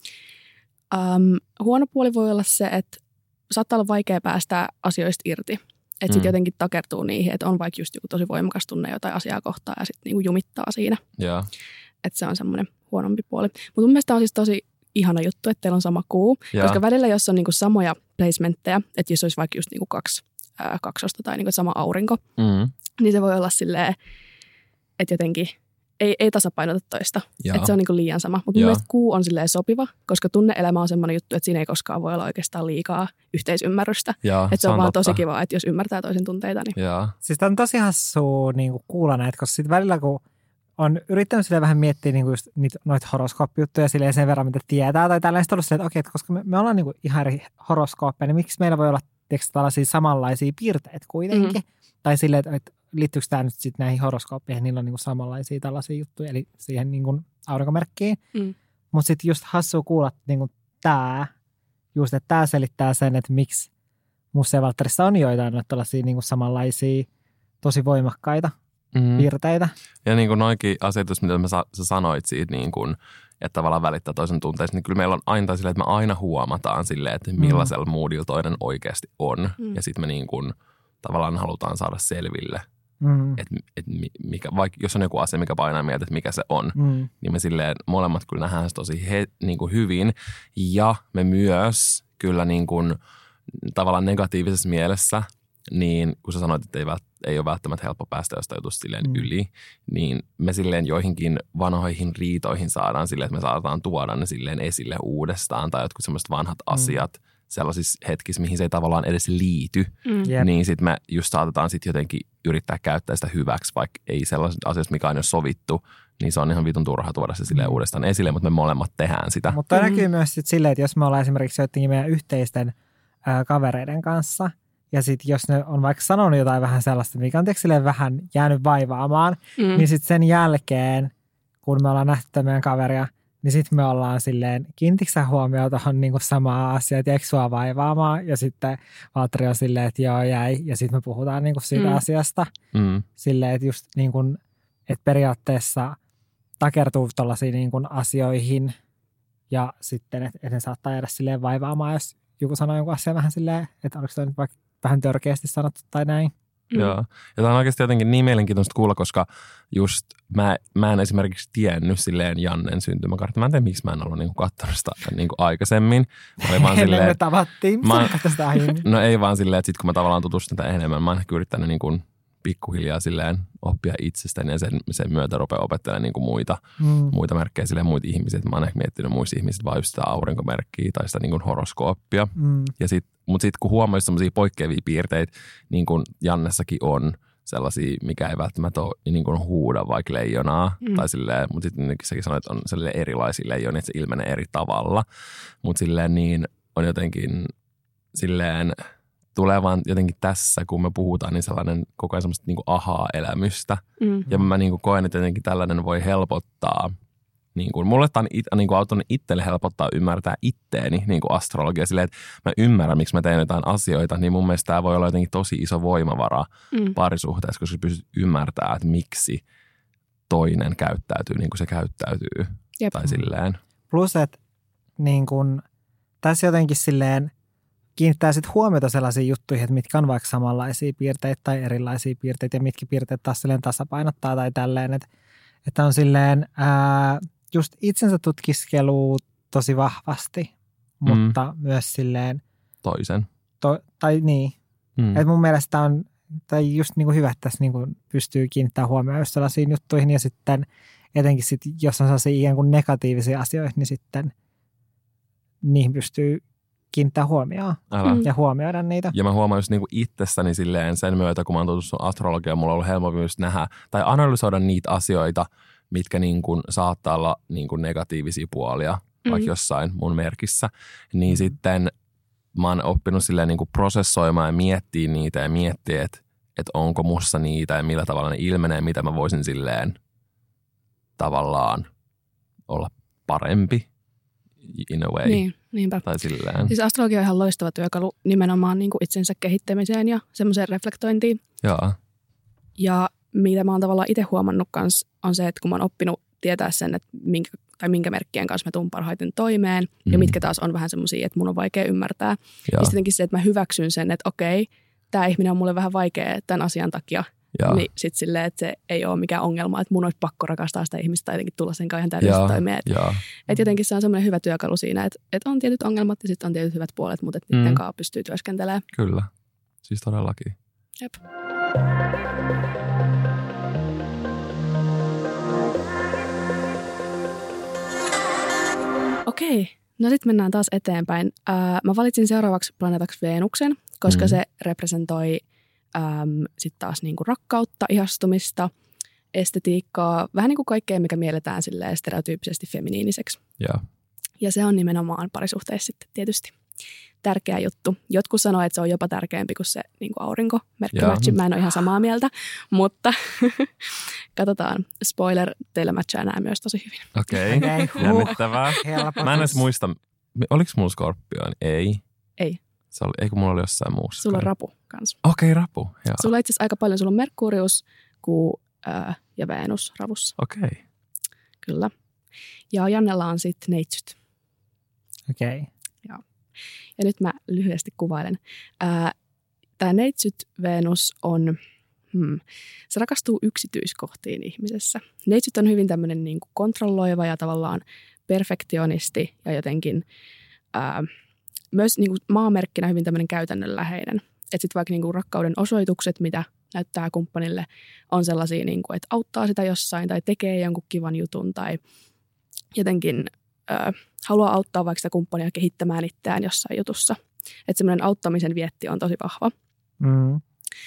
Ähm, huono puoli voi olla se, että saattaa olla vaikea päästä asioista irti. Että sitten Mm. jotenkin takertuu niihin, että on vaikka just joku tosi voimakas tunne jotain asiaa kohtaan ja sitten niinku jumittaa siinä. Joo. Että se on semmoinen huonompi puoli. Mutta mun mielestä on siis tosi ihana juttu, että teillä on sama kuu. Joo. Koska välillä, jos on niinku samoja placementteja, että jos olisi vaikka just niinku kaksi ää, kaksosta tai niinku sama aurinko, Mm. niin se voi olla silleen, että jotenkin ei, ei tasapainota toista. Joo. Että se on niinku liian sama. Mutta mun Joo. mielestä kuu on silleen sopiva, koska tunne-elämä on semmoinen juttu, että siinä ei koskaan voi olla oikeastaan liikaa yhteisymmärrystä. Joo, Että se on vaan totta. tosi kiva, että jos ymmärtää toisen tunteita, niin Joo. Siis tämä on tosi hassua niin kuulla näitä, koska sitten välillä kun on yrittänyt silleen vähän miettiä niinku just niitä, noita horoskooppijuttuja silleen sen verran, mitä tietää. Tai tällaista ollut silleen, että okei, että koska me, me ollaan niinku ihan eri horoskooppeja, niin miksi meillä voi olla tiedätkö, tällaisia samanlaisia piirteitä kuitenkin? Mm-hmm. Tai silleen, että, että liittyykö tämä nyt sitten näihin horoskooppeihin, niillä on niinku samanlaisia tällaisia juttuja, eli siihen niinku aurinkomerkkiin. Mm. Mutta sitten just hassua kuulla niinku tämä, just että tämä selittää sen, että miksi Musevaltterissa on joitain noita tällaisia niinku samanlaisia tosi voimakkaita mm. piirteitä. Ja niin kuin noikin asiat, mitä mä sa- sä sanoit siitä, niin kuin, että tavallaan välittää toisen tunteista, niin kyllä meillä on aina silleen, että me aina huomataan silleen, että millaisella mm. moodilla toinen oikeasti on. Mm. Ja sitten me niin kuin, tavallaan halutaan saada selville, mm. että, että mikä, vaikka jos on joku asia, mikä painaa mieltä, että mikä se on, mm. niin me silleen molemmat kyllä nähdään se tosi he, niin kuin hyvin. Ja me myös kyllä niin kuin, tavallaan negatiivisessa mielessä, niin kun sä sanoit, että ei, vält, ei ole välttämättä helppo päästä jostain jutusta silleen mm. yli, niin me silleen joihinkin vanhoihin riitoihin saadaan silleen, että me saadaan tuoda ne silleen esille uudestaan tai jotkut semmoiset vanhat mm. asiat sellaisissa hetkissä, mihin se ei tavallaan edes liity, mm. niin sitten me just saatetaan sitten jotenkin yrittää käyttää sitä hyväksi, vaikka ei sellaiset asiat, mikä on jo sovittu, niin se on ihan vitun turha tuoda se silleen uudestaan esille, mutta me molemmat tehdään sitä. Mutta mm. näkyy myös sit silleen, että jos me ollaan esimerkiksi jotenkin meidän yhteisten ää, kavereiden kanssa, ja sitten jos ne on vaikka sanonut jotain vähän sellaista, mikä on tietysti vähän jäänyt vaivaamaan, mm. niin sitten sen jälkeen, kun me ollaan nähty meidän kaveria, niin sitten me ollaan silleen, kiinnitkö huomioon tuohon niinku samaa asiaa, että eikö sua vaivaamaan? Ja sitten Valtteri on silleen, että joo jäi. Ja sitten me puhutaan niinku siitä mm. asiasta. Mm. Silleen, että just niinku, että periaatteessa takertuu tuollaisiin niinku asioihin. Ja sitten, että et ne saattaa jäädä silleen vaivaamaan, jos joku sanoo jonkun asian vähän silleen, että oliko toi nyt vaikka vähän törkeästi sanottu tai näin. Mm. Joo. Ja tämä on oikeasti jotenkin niin mielenkiintoista kuulla, koska just mä, mä en esimerkiksi tiennyt silleen Jannen syntymäkartta. Mä en tiedä, miksi mä en ollut niinku katsonut sitä niinku aikaisemmin. Mä olin vaan silleen, me tavattiin, mä, sitä no ei vaan silleen, että sit kun mä tavallaan tutustun tätä enemmän, mä oon ehkä yrittänyt niinku pikkuhiljaa silleen oppia itsestäni ja sen, sen myötä rupeaa opettelemaan niinku muita, mm. muita merkkejä silleen muita ihmisiä. Mä oon ehkä miettinyt muissa ihmisissä vaan just sitä aurinkomerkkiä tai sitä niinku horoskooppia. Mm. Ja sit, mut sitten kun huomaa sellaisia poikkeavia piirteitä, niin kuin Jannessakin on sellaisia, mikä ei välttämättä ole niin kuin huuda vaikka leijonaa. Mm. Tai silleen, mutta sitten sekin sanoi, että on sellaisia erilaisia leijonia, että se ilmenee eri tavalla. Mutta silleen niin on jotenkin silleen, tulee vaan jotenkin tässä, kun me puhutaan, niin sellainen koko ajan semmoista niin kuin ahaa-elämystä. Mm. Ja mä niin kuin koen, että jotenkin tällainen voi helpottaa. Niin kuin, mulle tämä on it, niin kuin auttanut itselle helpottaa ymmärtää itteeni niin kuin astrologia. Silleen, että mä ymmärrän, miksi mä teen jotain asioita, niin mun mielestä tämä voi olla jotenkin tosi iso voimavara mm. parisuhteessa, koska pystyt ymmärtämään, että miksi toinen käyttäytyy niin kuin se käyttäytyy. Jep. Tai silleen. Plus, että niin kuin, tässä jotenkin silleen kiinnittää sit huomiota sellaisiin juttuihin, että mitkä on vaikka samanlaisia piirteitä tai erilaisia piirteitä ja mitkä piirteet taas silleen tasapainottaa tai tälleen, että, että on silleen ää, just itsensä tutkiskelua tosi vahvasti, mutta mm. myös silleen toisen. To, tai niin, mm. että mun mielestä on tai just niin kuin hyvä, että tässä niin kuin pystyy kiinnittämään huomioon just sellaisiin juttuihin ja sitten etenkin sit, jos on sellaisia ikään kuin negatiivisia asioita, niin sitten niihin pystyy kiinnittää huomioon Älä. ja huomioida niitä. Ja mä huomaan just niinku itsessäni silleen sen myötä, kun mä oon tutustunut astrologiaan, mulla on ollut helpompi myös nähdä tai analysoida niitä asioita, mitkä niinku saattaa olla niinku negatiivisia puolia, mm-hmm. vaikka jossain mun merkissä. Niin mm-hmm. sitten mä oon oppinut silleen niinku prosessoimaan ja miettiä niitä ja miettiä, että et onko mussa niitä ja millä tavalla ne ilmenee, mitä mä voisin silleen tavallaan olla parempi in a way. Niin, niinpä. Tai silleen. Siis astrologia on ihan loistava työkalu nimenomaan niin kuin itsensä kehittämiseen ja semmoiseen reflektointiin. Joo. Ja mitä mä oon tavallaan itse huomannut kanssa on se, että kun mä oon oppinut tietää sen, että minkä, tai minkä merkkien kanssa mä tuun parhaiten toimeen mm. ja mitkä taas on vähän semmoisia, että mun on vaikea ymmärtää. Ja niin sittenkin se, että mä hyväksyn sen, että okei, tämä ihminen on mulle vähän vaikea tämän asian takia. Ja. Niin sitten silleen, että se ei ole mikään ongelma, että mun olisi pakko rakastaa sitä ihmistä tai jotenkin tulla sen kanssa ihan täydellisesti toimeen. Että et jotenkin se on semmoinen hyvä työkalu siinä, että et on tietyt ongelmat ja sitten on tietyt hyvät puolet, mutta että niiden mm. kanssa pystyy työskentelemään. Kyllä, siis todellakin. Jep. Okei, no sitten mennään taas eteenpäin. Äh, mä valitsin seuraavaksi planeetaksi Venuksen, koska mm. se representoi Ähm, sitten taas niinku rakkautta, ihastumista estetiikkaa, vähän niin kuin kaikkea, mikä mielletään silleen stereotyyppisesti feminiiniseksi. Yeah. Ja se on nimenomaan parisuhteessa sitten tietysti tärkeä juttu. Jotkut sanoo, että se on jopa tärkeämpi kuin se niin kuin aurinkomerkkimatchi. Mä en ole ihan samaa mieltä, mutta katsotaan. Spoiler, teillä matchaa nämä myös tosi hyvin. Okei, okay. okay. Jännittävää. Mä en edes muista, oliko mulla skorpioni? Ei. Ei. Se oli, eikö mulla oli jossain muussa? Sulla on rapu kanssa. Okei, okay, rapu. Jaa. Sulla on itse asiassa aika paljon. Sulla on Merkurius, Kuu ää, ja Venus ravussa. Okei. Okay. Kyllä. Ja Jannella on sitten neitsyt. Okei. Okay. Joo. Ja nyt mä lyhyesti kuvailen. Tämä neitsyt Venus on, hmm, se rakastuu yksityiskohtiin ihmisessä. Neitsyt on hyvin tämmöinen niin kuin kontrolloiva ja tavallaan perfektionisti ja jotenkin ää, myös niin kuin maamerkkinä hyvin tämmöinen käytännönläheinen. Että sitten vaikka niin kuin rakkauden osoitukset, mitä näyttää kumppanille, on sellaisia, niin kuin, että auttaa sitä jossain tai tekee jonkun kivan jutun tai jotenkin Ö, haluaa auttaa vaikka sitä kumppania kehittämään itseään jossain jutussa. Että semmoinen auttamisen vietti on tosi vahva. Mm. Ö,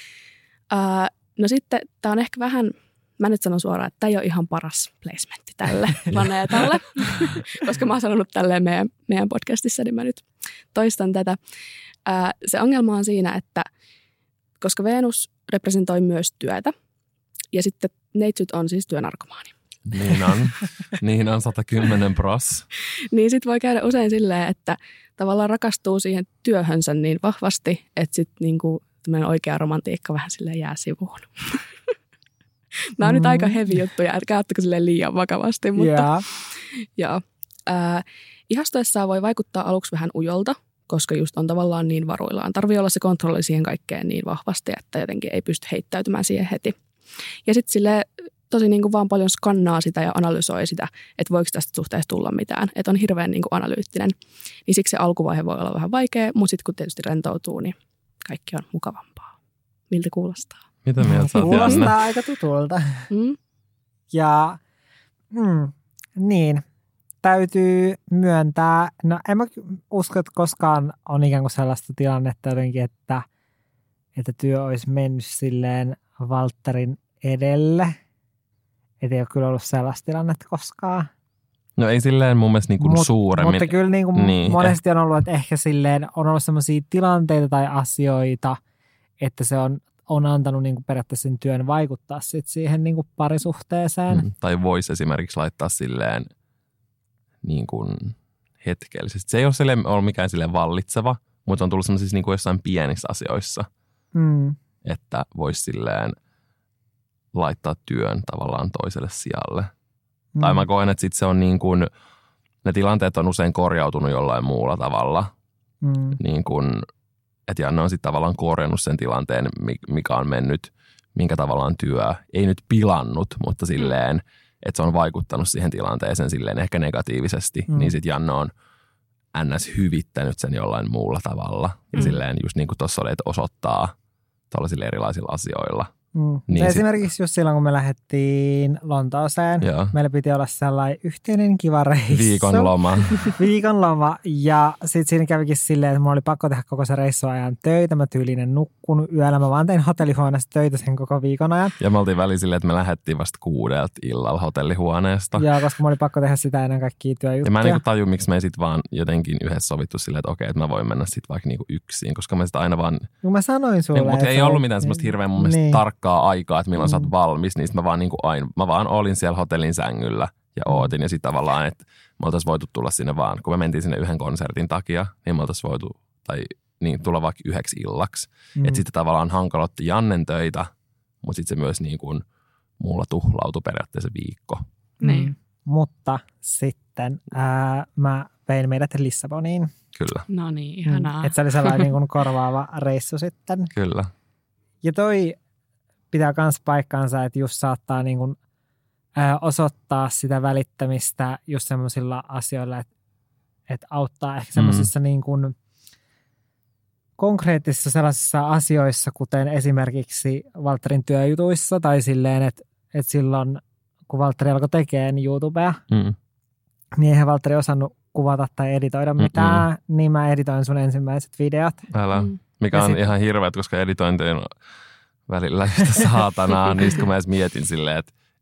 no sitten tämä on ehkä vähän, mä nyt sanon suoraan, että tämä ei ole ihan paras placementti tälle planeetalle. Koska mä oon sanonut tälleen meidän, meidän podcastissa, niin mä nyt toistan tätä. Ö, se ongelma on siinä, että koska Venus representoi myös työtä ja sitten neitsyt on siis työnarkomaani. Niin on. Niin on sata kymmenen pros. Niin sit voi käydä usein silleen, että tavallaan rakastuu siihen työhönsä niin vahvasti, että sit niinku tämmöinen oikea romantiikka vähän silleen jää sivuun. Nämä on mm. nyt aika heavy juttuja, älkää ottako silleen liian vakavasti, mutta yeah. joo. Äh, ihastuessaan voi vaikuttaa aluksi vähän ujolta, koska just on tavallaan niin varuillaan. Tarvii olla se kontrolli siihen kaikkeen niin vahvasti, että jotenkin ei pysty heittäytymään siihen heti. Ja sitten silleen tosi niin kuin vaan paljon skannaa sitä ja analysoi sitä, että voiko tästä suhteesta tulla mitään. Että on hirveän niin kuin analyyttinen. Niin siksi se alkuvaihe voi olla vähän vaikea, mutta sitten kun tietysti rentoutuu, niin kaikki on mukavampaa. Miltä kuulostaa? Mitä mieltä sä oot, Janne? Kuulostaa aika tutulta. Mm? Ja mm, niin, täytyy myöntää, no en mä usko, että koskaan on ikään kuin sellaista tilannetta jotenkin, että, että työ olisi mennyt silleen Valtterin edelle. Että ei ole kyllä ollut sellaista tilannetta koskaan. No ei silleen mun mielestä niin kuin Mut, suuremmin. Mutta kyllä niin kuin niin, monesti on ollut, että ehkä silleen on ollut sellaisia tilanteita tai asioita, että se on, on antanut niin kuin periaatteessa sen työn vaikuttaa sit siihen niin kuin parisuhteeseen. Mm, tai voisi esimerkiksi laittaa silleen niin kuin hetkellisesti. Se ei ole silleen, ollut mikään silleen vallitseva, mutta on tullut sellaisissa niin kuin jossain pienissä asioissa, Mm. että voisi silleen laittaa työn tavallaan toiselle sijalle. Mm. Tai mä koen, että sit se on niin kuin, ne tilanteet on usein korjautunut jollain muulla tavalla. Mm. Niin kuin, että Janne on sitten tavallaan korjannut sen tilanteen, mikä on mennyt, minkä tavallaan työ ei nyt pilannut, mutta silleen, että se on vaikuttanut siihen tilanteeseen silleen ehkä negatiivisesti. Mm. Niin sitten Janne on ns. Hyvittänyt sen jollain muulla tavalla. Ja mm. silleen just niin kuin tuossa oli, että osoittaa tällaisilla erilaisilla asioilla. Mm. Niin esimerkiksi sit, just silloin, kun me lähdettiin Lontooseen, joo. meillä piti olla sellainen yhteinen kiva reissu. Viikon loma. Viikon loma. Ja sitten siinä kävikin silleen, että mulla oli pakko tehdä koko se reissu ajan töitä. Mä tyylinen nukkunut yöllä. Mä vaan tein hotellihuoneessa töitä sen koko viikon ajan. Ja me oltiin väliin silleen, että me lähdettiin vasta kuudelta illalla hotellihuoneesta. Joo, koska mulla oli pakko tehdä sitä ennen kaikkia työjuttuja. Ja mä en niin taju, miksi me ei sit vaan jotenkin yhdessä sovittu silleen, että okei, että mä voin mennä sit vaikka niinku yksin. Koska mä sit aina vaan... No mä sanoin sulle. Niin, mutta ei ollut mitään semmoista hirveän mun mielestä niin. tarkkaa aikaa, että milloin mm. sä oot valmis. Niin sit mä vaan, niinku aina, mä vaan olin siellä hotellin sängyllä ja ootin. Ja sit tavallaan, että me oltais voitu tulla sinne vaan, kun me mentiin sinne yhden konsertin takia, niin me oltais voitu, tai niin, tulla vaikka yhdeksi illaksi. Mm. Että sitten tavallaan hankaloitti Jannen töitä, mutta sitten se myös niin kuin mulla tuhlautui periaatteessa viikko. Niin. Mm. Mutta sitten ää, mä vein meidät Lissaboniin. Kyllä. No niin, ihanaa. Mm. Että se oli sellainen niin kuin korvaava reissu sitten. Kyllä. Ja toi pitää myös paikkaansa, että just saattaa niin kuin, ää, osoittaa sitä välittämistä just semmoisilla asioilla, että, että auttaa ehkä semmoisissa mm. niin kuin konkreettisissa sellaisissa asioissa, kuten esimerkiksi Valtterin työjutuissa tai silleen, että, että silloin kun Valtteri alkoi tekemään YouTubea, mm. niin eihän Valtteri osannut kuvata tai editoida mitään, Mm-mm. niin mä editoin sun ensimmäiset videot. Älä, mikä on sit ihan hirveät, koska editointi on välillä yhtä saatanaa, niin kun mä edes mietin silleen, että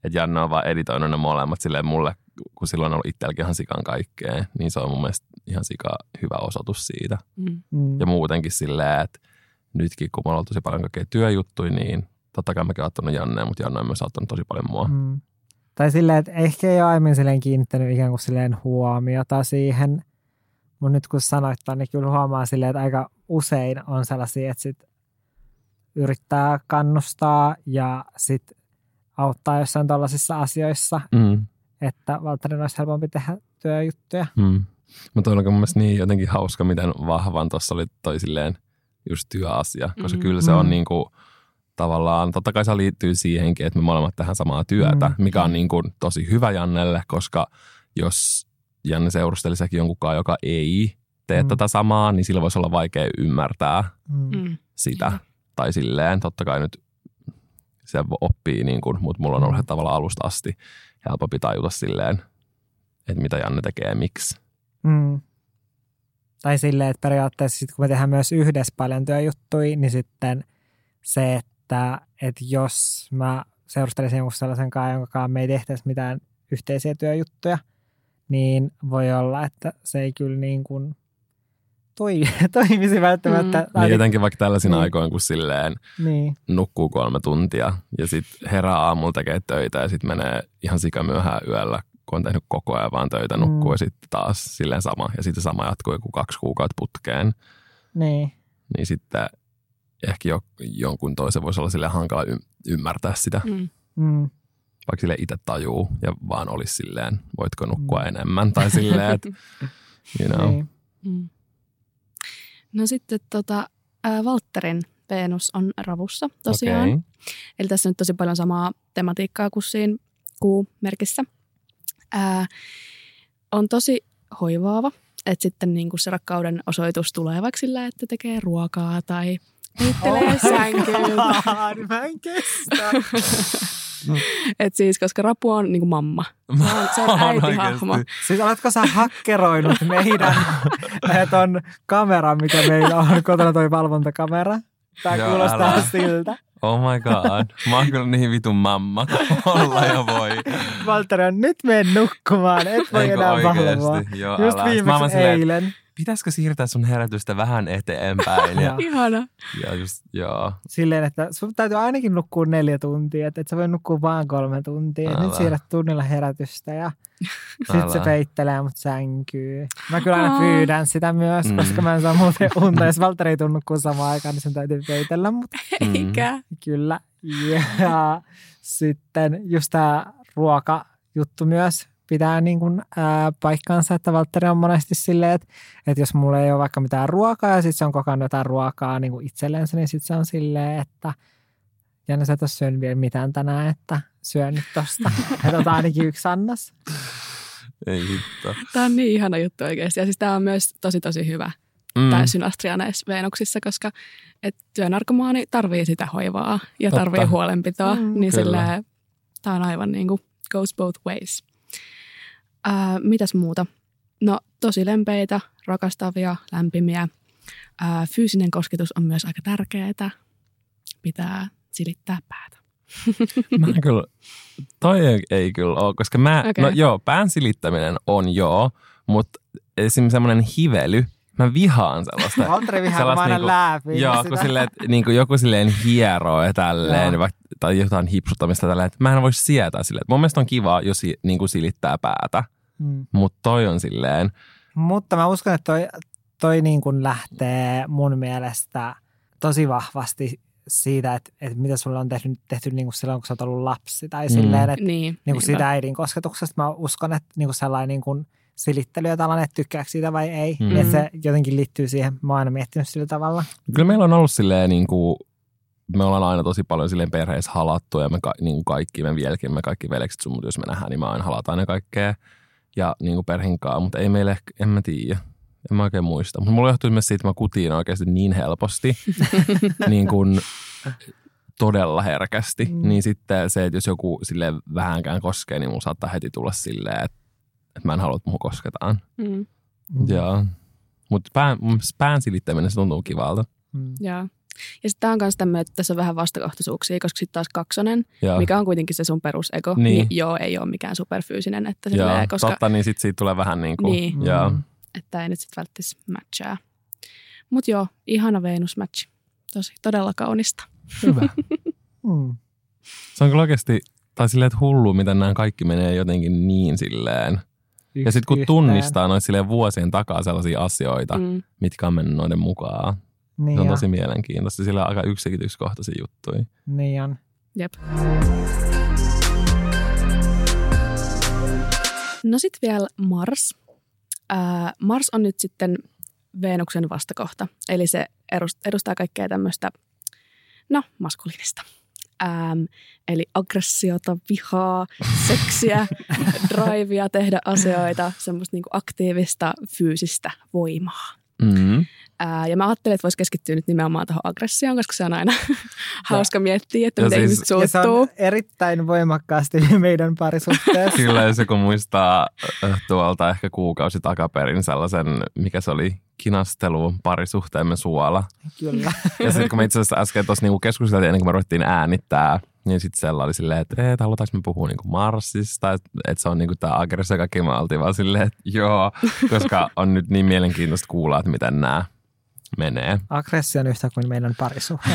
että Janne on vaan editoinut ne molemmat silleen mulle, kun silloin on ollut itselläkin ihan sikan kaikkea, niin se on mun mielestä ihan sika hyvä osoitus siitä. Mm. Mm. Ja muutenkin silleen, että nytkin kun me ollaan tosi paljon kaikkea työjuttuja, niin totta kai mäkin oon auttanut Jannea, mutta Janne on myös auttanut tosi paljon mua. Mm. Tai silleen, että ehkä ei ole aiemmin silleen kiinnittänyt ikään kuin silleen huomiota siihen, mutta nyt kun sanoit ton, niin kyllä huomaa silleen, että aika usein on sellaisia, että sit yrittää kannustaa ja sit auttaa jossain tuollaisissa asioissa, Mm. että Valtterin olisi helpompi tehdä työjuttuja. Mm. Mutta on mun mielestä niin jotenkin hauska, miten vahvan tuossa oli toi silleen just työasia, koska mm. kyllä se on niinku tavallaan, totta kai se liittyy siihenkin, että me molemmat tehdään samaa työtä, mm. mikä on niinku tosi hyvä Jannelle, koska jos Janne seurusteli sekin jonkunkaan, joka ei tee mm. tätä samaa, niin sillä voisi olla vaikea ymmärtää mm. sitä. Mm. Tai silleen, totta kai nyt se oppii, niin kuin, mutta mulla on ollut mm. tavallaan alusta asti helpompi tajuta silleen, että mitä Janne tekee ja miksi. Mm. Tai silleen, että periaatteessa sit, kun me tehdään myös yhdessä paljon työjuttuja, niin sitten se, että, että jos mä seurustelisin jonkun sellaisen kanssa, jonka kanssa me ei tehtäisi mitään yhteisiä työjuttuja, niin voi olla, että se ei kyllä niin kuin toimi, toimisi välttämättä. Mm. Niin jotenkin vaikka tällaisina niin. aikoina, kun silleen niin. nukkuu kolme tuntia ja sitten herää aamulla tekee töitä ja sitten menee ihan sikamyöhään yöllä, kun on tehnyt koko ajan vaan töitä, nukkuu mm. ja sitten taas silleen sama. Ja sitten sama jatkuu joku kaksi kuukautta putkeen. Niin. Niin sitten ehkä jo, jonkun toisen voisi olla silleen hankala y- ymmärtää sitä. Mm. Mm. Vaikka silleen itse tajuu ja vaan olisi silleen, voitko nukkua mm. enemmän tai silleen, että you know. Niin. Mm. No sitten tota, ä, Valtterin Venus on ravussa tosiaan. Okay. Eli tässä on nyt tosi paljon samaa tematiikkaa kuin siinä kuumerkissä. Ää, on tosi hoivaava, että sitten niinku se rakkauden osoitus tulee vaikka sillä, että tekee ruokaa tai peittelee oh sänkyyn. Mä en kestä. Et siis, koska Rapu on niinku mamma. Se on, se on äitihahmo. Siis oletko sä hakkeroinut meidän ton kameran, mikä meillä on kotona, toi valvontakamera? Tää joo, kuulostaa älä. Siltä. Oh my god. Mä oon kyllä niin vitun mamma. Olla jo voi. Valtteri on nyt mene nukkumaan. Et voi eikö enää valvoa. Just älä. Viimeksi eilen. Silleen, pitäisikö siirtää sun herätystä vähän eteenpäin? Ja, ihana. Ja just, joo. Silleen, että sun täytyy ainakin nukkua neljä tuntia, että et sä voi nukkua vaan kolme tuntia. Älä. Nyt siirrät tunnilla herätystä ja sit se peittelee mut sänkyy. Mä kyllä aina pyydän sitä myös, mm. koska mä en saa muuten unta. Jos Valtteri ei tunnu nukkua samaan aikaan, niin sen täytyy peitellä mut. Eikä. Kyllä. Ja sitten just tää ruokajuttu myös pitää niin kuin, ää, paikkaansa, että Valtteri on monesti silleen, että, että jos mulla ei ole vaikka mitään ruokaa ja sitten se on kokonaan jotain ruokaa niin kuin itsellensä, niin sitten se on silleen, että Janne, sä et ole syönyt vielä mitään tänään, että syö nyt tosta. Että ota ainakin yksi annos. Ei hitto. Tämä on niin ihana juttu oikeasti. Ja siis tämä on myös tosi tosi hyvä, mm. tämä synastria näissä Venuksissa, koska et työnarkomaani tarvii sitä hoivaa ja Totta. tarvii huolenpitoa. Mm, niin silleen, tämä on aivan niin kuin goes both ways. Ää, mitäs muuta? No tosi lempeitä, rakastavia, lämpimiä. Ää, fyysinen kosketus on myös aika tärkeää. Pitää silittää päätä. Mä kyllä, toi ei, ei kyllä ole, koska mä, okay. no joo, pään silittäminen on joo, mutta esimerkiksi semmoinen hively, mä vihaan sellaista. Valtteri vihaa, kun mä aina niinku, läpi. Joo, kun silleen, niinku joku silleen hieroo ja tälleen, vaikka, tai jotain hipsuttamista tälleen, että mä en voi sietää silleen. Mun mielestä on kiva, jos niinku silittää päätä, hmm. mutta toi on silleen. Mutta mä uskon, että toi, toi niin kuin lähtee mun mielestä tosi vahvasti siitä, että, että mitä sulla on tehty, tehty niin kuin silloin, kun sä oot ollut lapsi. Tai mm. silleen, että niin, niin kuin siitä äidin kosketuksesta mä uskon, että niin kuin sellainen niin kuin silittely ja tällainen, että tykkääkö siitä vai ei. Mm. Että se jotenkin liittyy siihen. Mä oon aina miettinyt sillä tavalla. Kyllä meillä on ollut silleen niin kuin, me ollaan aina tosi paljon silleen perheessä halattu ja me ka, niin kuin kaikki, me vieläkin, me kaikki veljekset sun, mutta jos me nähdään, niin mä aina halataan ne kaikkea. Ja niin kuin perhenkaan, mutta ei meille, en mä tiedä. En mä oikein muista. Mutta mulla johtuu myös siitä, että mä kutiin oikeasti niin helposti, niin kuin todella herkästi. Mm. Niin sitten se, että jos joku silleen vähänkään koskee, niin mulla saattaa heti tulla silleen, että, että mä en halua, että mulla kosketaan. Mm. Joo. Mutta pään, pään silittäminen, se tuntuu kivalta. Mm. Joo. Ja sitten tämä on myös tämmöinen, että tässä on vähän vastakohtaisuuksia, koska sitten taas kaksonen, Joo. mikä on kuitenkin se sun perusego, niin, niin joo, ei ole mikään superfyysinen. Että joo, silleen, koska, totta, niin sitten siitä tulee vähän niin kuin, niin, joo. että ei nyt sitten välttäisi matchaa. Mutta joo, ihana Venus-matchi. Tosi, todella kaunista. Hyvä. Mm. Se on kyllä oikeasti, tai silleen, että hullu, miten nämä kaikki menee jotenkin niin silleen. Ja sitten kun tunnistaa noita silleen vuosien takaa sellaisia asioita, mm. mitkä on mennyt noiden mukaan. Niin se on jo. tosi mielenkiintoista. Sillä on aika yksityiskohtaisia juttuja. Niin on. Jep. No sitten vielä Mars. Ää, Mars on nyt sitten Venuksen vastakohta. Eli se edustaa kaikkea tämmöistä, no, maskuliinista. Ähm, eli aggressiota, vihaa, seksiä, drivea tehdä asioita, semmoista niinku aktiivista fyysistä voimaa. Mm-hmm. Ää, ja mä ajattelin, että voisi keskittyä nyt nimenomaan tuohon aggressioon, koska se on aina hauska miettiä, että ja miten siis, ihmiset suuttuu. Ja se on erittäin voimakkaasti meidän parisuhteessa. Kyllä, ja se kun muistaa tuolta ehkä kuukausi takaperin sellaisen, mikä se oli, kinastelu parisuhteemme suola. Kyllä. Ja sitten kun me itse asiassa äsken tuossa niinku keskusteltiin ennen kuin me ruvettiin äänittää, niin sitten siellä oli silleen, että et, halutaanko me puhua niinku Marsista, että et se on niinku tämä aggressio, kaikki me oltiin vaan silleen, että joo, koska on nyt niin mielenkiintoista kuulla, että miten nämä menee. Aggressio on yhtä kuin meidän parisuhde.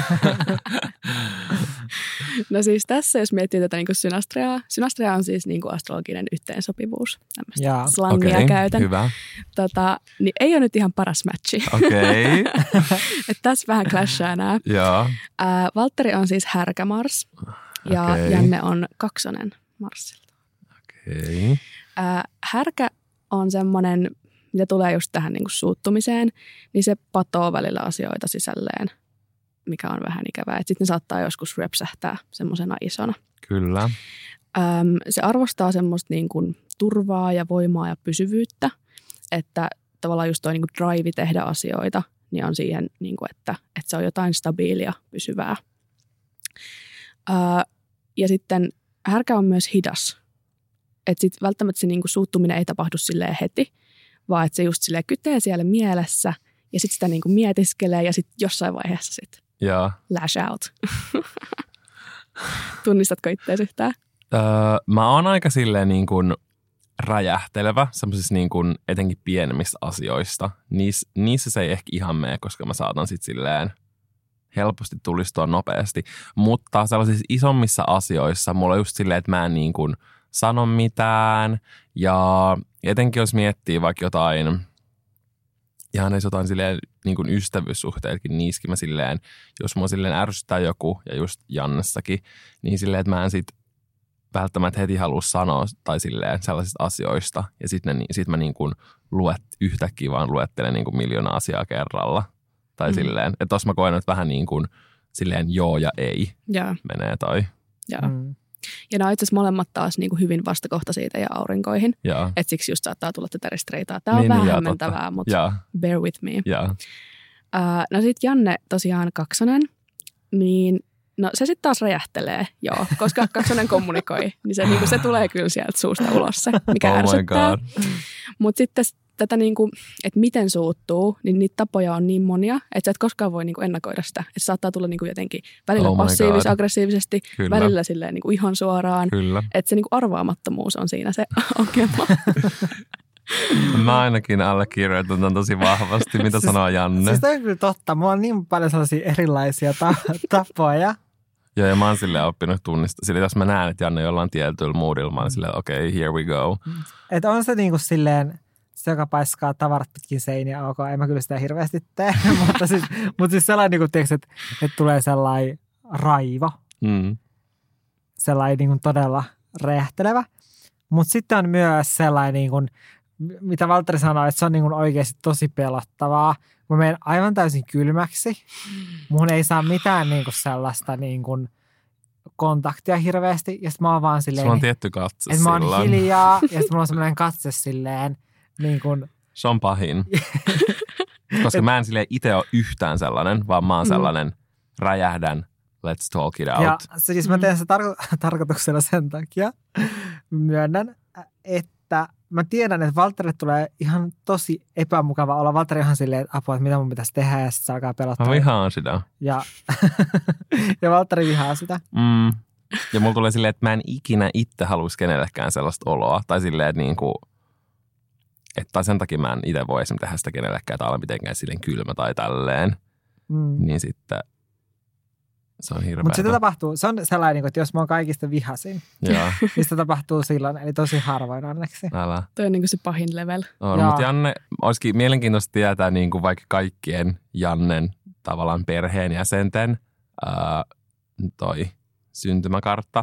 No siis tässä, jos miettii tätä niinku synastreaa, synastrea on siis niinku astrologinen yhteensopivuus. Tämmöistä slangia okay, käytän. Hyvä. Tota, niin ei ole nyt ihan paras matchi. Okei. Okay. Että tässä vähän clashaa nämä. Joo. Äh, Valtteri on siis härkä Mars ja okay. Janne on kaksonen Marsilta. Okei. Okay. Äh, härkä on semmoinen, mitä tulee just tähän niinku suuttumiseen, niin se patoo välillä asioita sisälleen, mikä on vähän ikävää. Sitten ne saattaa joskus repsähtää semmoisena isona. Kyllä. Öm, se arvostaa semmoista niin kuin turvaa ja voimaa ja pysyvyyttä, että tavallaan just toi niin kuin drive tehdä asioita, niin on siihen, niin kuin, että, että se on jotain stabiilia, pysyvää. Öö, ja sitten härkä on myös hidas. Että sitten välttämättä se niin kuin suuttuminen ei tapahdu silleen heti, vaan että se just silleen kytee siellä mielessä ja sitten sitä niin kuin mietiskelee ja sitten jossain vaiheessa sitten Joo. lash out. Tunnistatko itseäsi yhtään? Öö, mä oon aika silleen niin kuin räjähtelevä semmoisissa niin kuin etenkin pienemmistä asioista. Niis, niissä se ei ehkä ihan mene, koska mä saatan sitten silleen helposti tulistua nopeasti. Mutta sellaisissa isommissa asioissa mulla on just silleen, että mä en niin kuin sano mitään. Ja etenkin jos miettii vaikka jotain, ihan edes jotain silleen niin kuin ystävyyssuhteetkin, niissäkin mä silleen, jos mua silleen ärsyttää joku, ja just Jannessakin, niin silleen, että mä en sit välttämättä heti halua sanoa tai silleen sellaisista asioista. Ja sitten niin, sit mä niin kuin luet, yhtäkkiä vaan luettelen niin kuin miljoona asiaa kerralla. Tai mm. silleen, että tossa mä koen, että vähän niin kuin silleen joo ja ei ja. menee toi. Ja. Mm. Ja nämä on itse asiassa molemmat taas niin kuin hyvin vastakohtaisia ja aurinkoihin. Että siksi just saattaa tulla tätä ristiriitaa. Tämä on niin, vähän niin, hämmentävää, mutta ja. bear with me. Ja. Uh, no sitten Janne tosiaan kaksonen, niin no se sitten taas räjähtelee, joo, koska kaksonen kommunikoi, niin se, niin kuin, se tulee kyllä sieltä suusta ulos se, mikä oh ärsyttää. Mutta sitten tätä, niin kuin, että miten suuttuu, niin niitä tapoja on niin monia, että sä et koskaan voi niin kuin ennakoida sitä. Että saattaa tulla niin kuin jotenkin välillä oh passiivis-aggressiivisesti, kyllä. välillä silleen niin kuin ihan suoraan. Kyllä. Että se niin kuin arvaamattomuus on siinä se ongelma. Mä ainakin allekirjoitan tämän tosi vahvasti, mitä siis, sanoo Janne. Siis toi on kyllä totta. Mulla on niin paljon sellaisia erilaisia ta- tapoja. Joo, ja mä oon silleen oppinut tunnistaa. Sillä jos mä näen, että Janne jollain tietyllä moodilla, mä oon silleen, okei, okay, here we go. Että on se niinku silleen, se joka paiskaa tavarat pitkin seiniä, ok, en mä kyllä sitä hirveästi tee. mutta, siis, mutta siis sellainen, niinku, tiiäks, että, että tulee sellainen raivo. Mm. Sellainen niinku todella räjähtelevä. Mutta sitten on myös sellainen, niinku, mitä Valtteri sanoi, että se on niinku oikeasti tosi pelottavaa. Mä menen aivan täysin kylmäksi. Mun ei saa mitään niinku sellaista niinku kontaktia hirveästi. Ja sit mä oon vaan silleen... Se on tietty katse että mä oon hiljaa ja sit mulla on semmoinen katse silleen niin kuin... Se on pahin. Koska et, mä en silleen itse ole yhtään sellainen, vaan mä oon sellainen mm. räjähdän, let's talk it out. Ja siis mä teen sitä tarko- tarkoituksella sen takia, myönnän, että mä tiedän, että Valtterille tulee ihan tosi epämukava olla. Valtteri ihan silleen, että apua, että mitä mun pitäisi tehdä, ja sitten se alkaa pelottaa. Mä vihaan sitä. Ja, ja Valtteri vihaa sitä. Mm. Ja mulla tulee silleen, että mä en ikinä itse haluaisi kenellekään sellaista oloa. Tai silleen, että niinku, että sen takia mä en itse voi esimerkiksi tehdä sitä kenellekään, että ala mitenkään silleen kylmä tai tälleen. Mm. Niin sitten se on hirveä. Mutta sitä tapahtuu, se on sellainen, että jos mä oon kaikista vihasin, niin sitä tapahtuu silloin, eli tosi harvoin onneksi. Älä. Toi on niin kuin se pahin level. On, mutta Janne, olisikin mielenkiintoista tietää niin kuin vaikka kaikkien Jannen tavallaan perheenjäsenten ää, toi syntymäkartta,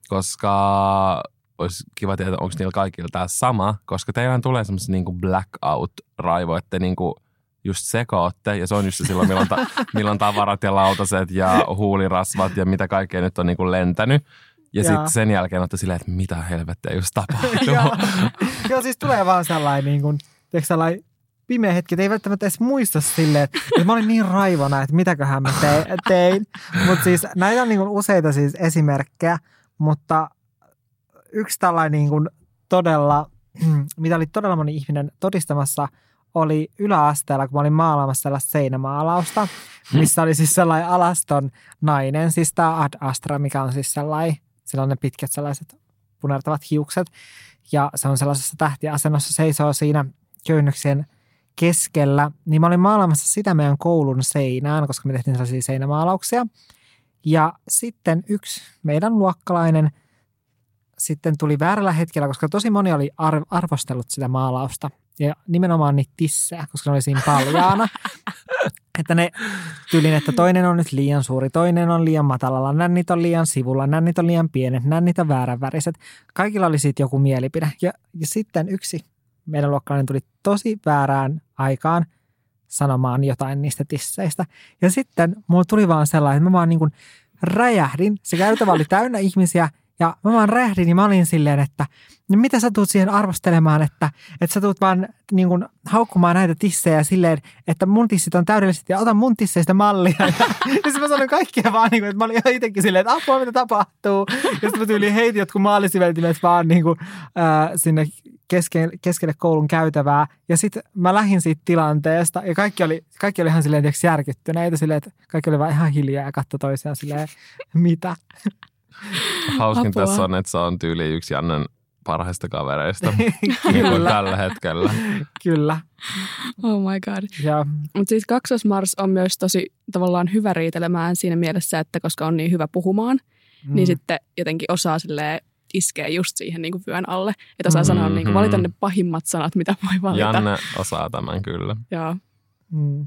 koska olisi kiva tietää, onko niillä kaikilla tämä sama, koska teillä tulee semmoisia niin kuin blackout-raivo, että niin kuin just sekoatte, ja se on just se silloin, milloin, ta, milloin tavarat ja lautaset ja huulirasvat ja mitä kaikkea nyt on niin kuin lentänyt. Ja sitten sen jälkeen olette silleen, että mitä helvettiä just tapahtuu. Joo. Joo, siis tulee vaan sellainen, niin kuin, tiedätkö, sellainen pimeä hetki, että ei välttämättä edes muista silleen, että, että mä olin niin raivona, että mitäköhän mä te, tein. Mutta siis näitä on niin kuin useita siis esimerkkejä, mutta yksi tällainen niin kuin todella, mitä oli todella moni ihminen todistamassa, oli yläasteella, kun mä olin maalaamassa sellaista seinämaalausta, missä oli siis sellainen alaston nainen, siis tämä Ad Astra, mikä on siis sellainen, sellainen pitkät sellaiset punertavat hiukset. Ja se on sellaisessa tähtiasennossa, seisoo siinä köynnöksien keskellä. Niin mä olin maalaamassa sitä meidän koulun seinään, koska me tehtiin sellaisia seinämaalauksia. Ja sitten yksi meidän luokkalainen sitten tuli väärällä hetkellä, koska tosi moni oli arvostellut sitä maalausta. Ja nimenomaan niitä tissejä, koska ne oli siinä paljaana. Että ne tyylin, että toinen on nyt liian suuri, toinen on liian matalalla, nännit on liian sivulla, nännit on liian pienet, nännit on vääränväriset. Kaikilla oli siitä joku mielipide. Ja, ja sitten yksi meidän luokkalainen tuli tosi väärään aikaan sanomaan jotain niistä tisseistä. Ja sitten mulla tuli vaan sellainen, että mä vaan niin kuin räjähdin. Se käytävä oli täynnä ihmisiä. Ja mä vaan rähdin ja mä olin silleen, että no mitä sä tuut siihen arvostelemaan, että, että sä tuut vaan niin kuin haukkumaan näitä tissejä silleen, että mun tissit on täydelliset ja otan mun tisseistä mallia. Ja, ja sitten mä sanoin kaikkea vaan, niin kuin, että mä olin ihan itsekin silleen, että apua mitä tapahtuu. Ja sitten mä tyyliin heitin jotkut maalisiveltimet vaan niin kuin, äh, sinne keske, keskelle koulun käytävää. Ja sitten mä lähdin siitä tilanteesta ja kaikki oli, kaikki oli ihan silleen tiiäks, järkyttyneitä silleen, että kaikki oli vaan ihan hiljaa ja katsoi toisiaan silleen, mitä? Hauskin Apua. Tässä on, että se on tyyli yksi Jannen parhaista kavereista niin tällä hetkellä. Kyllä. Oh my god. Mutta siis kaksosmars on myös tosi tavallaan hyvä riitelemään siinä mielessä, että koska on niin hyvä puhumaan, mm. niin sitten jotenkin osaa silleen iskeä just siihen niin kuin vyön alle. Että osaa mm-hmm. sanoa, niin kuin, valita ne pahimmat sanat, mitä voi valita. Janne osaa tämän kyllä. Joo. Mm.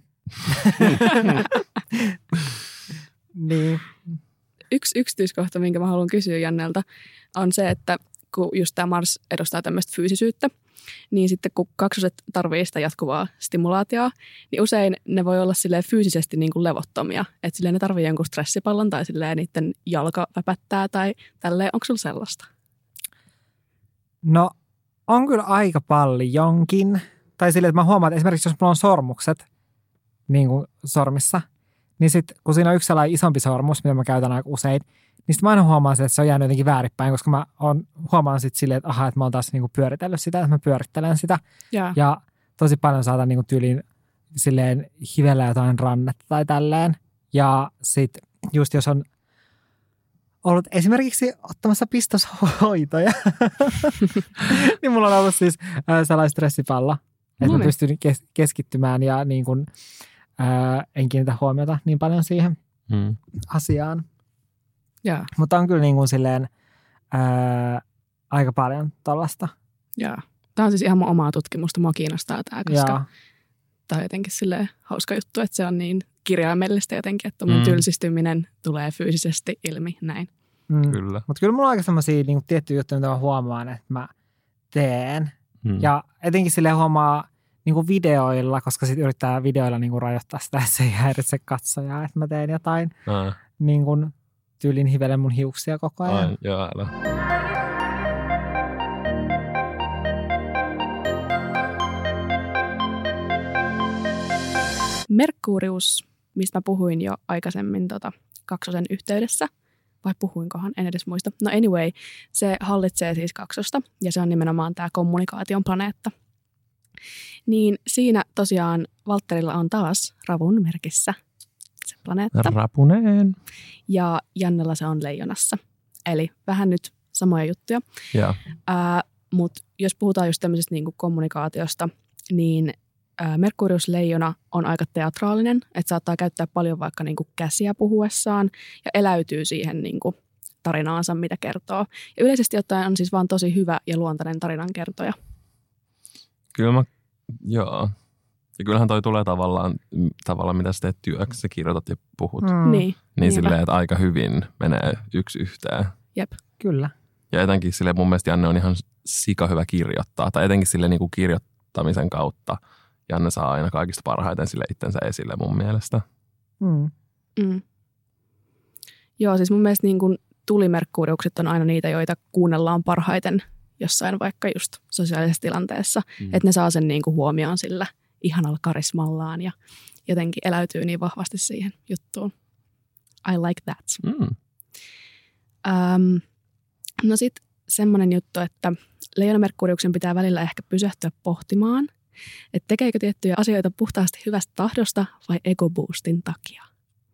Niin. Yksi yksityiskohta, minkä mä haluan kysyä Jannelta, on se, että kun just tämä Mars edustaa tämmöistä fyysisyyttä, niin sitten kun kaksoset tarvitsee sitä jatkuvaa stimulaatiota, niin usein ne voi olla silleen fyysisesti niin kuin levottomia. Että silleen ne tarvitsee jonkun stressipallon tai silleen niiden jalka väpättää tai tälleen. Onko sulla sellaista? No on kyllä aika paljonkin. Tai silleen, että mä huomaan, että esimerkiksi jos mulla on sormukset niin kuin sormissa, niin sitten kun siinä on yksi sellainen isompi sormus, mitä mä käytän aika usein, niin sitten mä aina huomaan se, että se on jäänyt jotenkin väärinpäin, koska mä on, huomaan sitten silleen, että aha, että mä oon taas niinku pyöritellyt sitä, että mä pyörittelen sitä. Ja, ja tosi paljon saatan niinku tyyliin silleen hivellä jotain rannetta tai tälleen. Ja sitten just jos on ollut esimerkiksi ottamassa pistoshoitoja, niin mulla on ollut siis äh, sellainen stressipallo, että no niin. Mä pystyn kes- keskittymään ja niin kuin, äh, en kiinnitä huomiota niin paljon siihen hmm. asiaan. Yeah. Mutta on kyllä niin kuin silleen ää, aika paljon tollaista. Joo. Tämä on siis ihan mun omaa tutkimusta. Mua kiinnostaa tämä, koska Jaa. tämä on jotenkin silleen hauska juttu, että se on niin kirjaimellistä jotenkin, että mun mm. tylsistyminen tulee fyysisesti ilmi näin. Mm. Kyllä. Mutta kyllä mulla on aika sellaisia niin tiettyjä juttuja, mitä mä huomaan, että mä teen. Mm. Ja etenkin silleen huomaa niin kuin videoilla, koska sitten yrittää videoilla niin kuin rajoittaa sitä, että se ei häiritse katsojaa, että mä teen jotain ah. niin kuin tyylin hivelen mun hiuksia koko ajan. Ai, joo, älä. Merkurius, mistä mä puhuin jo aikaisemmin tota, kaksosen yhteydessä, vai puhuinkohan, en edes muista. No anyway, se hallitsee siis kaksosta ja se on nimenomaan tämä kommunikaation planeetta. Niin siinä tosiaan Valtterilla on taas ravun merkissä se planeetta. Rapuneen. Ja Jannella se on leijonassa. Eli vähän nyt samoja juttuja. Yeah. Ää, mutta jos puhutaan just tämmöisestä niinku kommunikaatiosta, niin ää, Merkurius-leijona on aika teatraalinen, että saattaa käyttää paljon vaikka niinku käsiä puhuessaan ja eläytyy siihen niinku tarinaansa, mitä kertoo. Ja yleisesti ottaen on siis vaan tosi hyvä ja luontainen tarinankertoja. Kyllä mä, joo. Ja kyllähän toi tulee tavallaan, tavallaan mitä sä teet työksi, sä kirjoitat ja puhut. Mm. Niin. Niin silleen, että aika hyvin menee yksi yhteen. Jep. Kyllä. Ja etenkin silleen mun mielestä Janne on ihan sika hyvä kirjoittaa. Tai etenkin silleen niin kuin kirjoittamisen kautta Janne saa aina kaikista parhaiten sille itsensä esille mun mielestä. Mm. Mm. Joo, siis mun mielestä niin kuin tulimerkkuriukset on aina niitä, joita kuunnellaan parhaiten jossain vaikka just sosiaalisessa tilanteessa. Mm. Että ne saa sen niin kuin huomioon sillä ihanalla karismallaan ja jotenkin eläytyy niin vahvasti siihen juttuun. I like that. Mm. Um, no sitten semmoinen juttu, että Leijona-Merkuriuksen pitää välillä ehkä pysähtyä pohtimaan, että tekeekö tiettyjä asioita puhtaasti hyvästä tahdosta vai ego-boostin takia.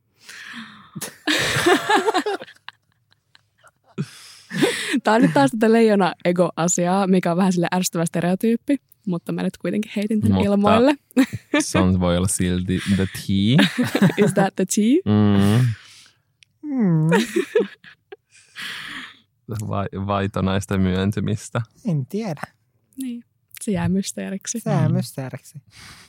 Tämä on nyt taas tätä leijona-ego-asiaa, mikä on vähän sille ärsyttävä stereotyyppi, mutta mä nyt kuitenkin heitin tämän Mutta ilmoille. se on, voi olla silti the tea. Is that the tea? Mm. Mm. Vai, vaitonaista myöntymistä. En tiedä. Niin, se jää mysteeriksi. Se jää mysteeriksi.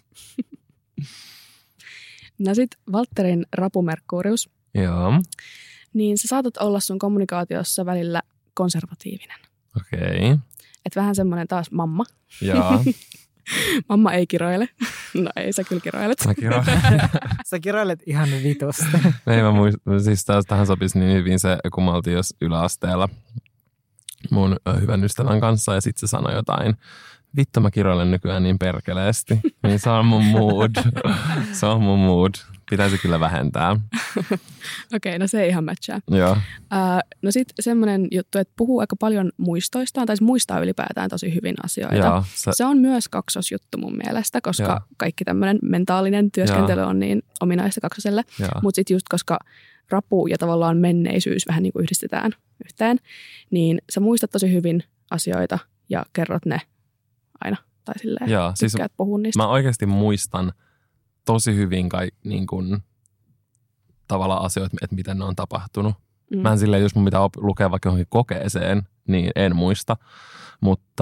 No sit Valtterin rapumerkurius, Joo, niin sä saatat olla sun kommunikaatiossa välillä konservatiivinen. okei. Okay. Et vähän semmoinen taas mamma. Joo. Mamma ei kiroile. No ei, sä kyllä kiroilet. Mä kiroilen. Sä kiroilet ihan vitusti. Ei mä muista, siis täs, tähän sopisi niin hyvin se, kun me oltiin jos yläasteella mun hyvän ystävän kanssa ja sitten se sanoi jotain. Vittu mä kiroilen nykyään niin perkeleesti. Niin se on mun mood. Se on mun mood. Pitäisi kyllä vähentää. Okei, okay, no se ei ihan matchaa. Joo. Uh, no sitten semmoinen juttu, että puhuu aika paljon muistoistaan, tai muistaa ylipäätään tosi hyvin asioita. Joo, se... se on myös kaksosjuttu mun mielestä, koska Joo. kaikki tämmöinen mentaalinen työskentely Joo. on niin ominaista kaksoselle. Joo. Mutta sitten just koska rapu ja tavallaan menneisyys vähän niin kuin yhdistetään yhteen, niin sä muistat tosi hyvin asioita ja kerrot ne aina. Tai silleen Joo, siis tykkäät puhua niistä. mä oikeasti muistan tosi hyvin kai, niin kun, tavallaan asioita, että miten ne on tapahtunut. Mm. Mä en silleen, jos mun pitää op- lukea vaikka johonkin kokeeseen, niin en muista. Mutta,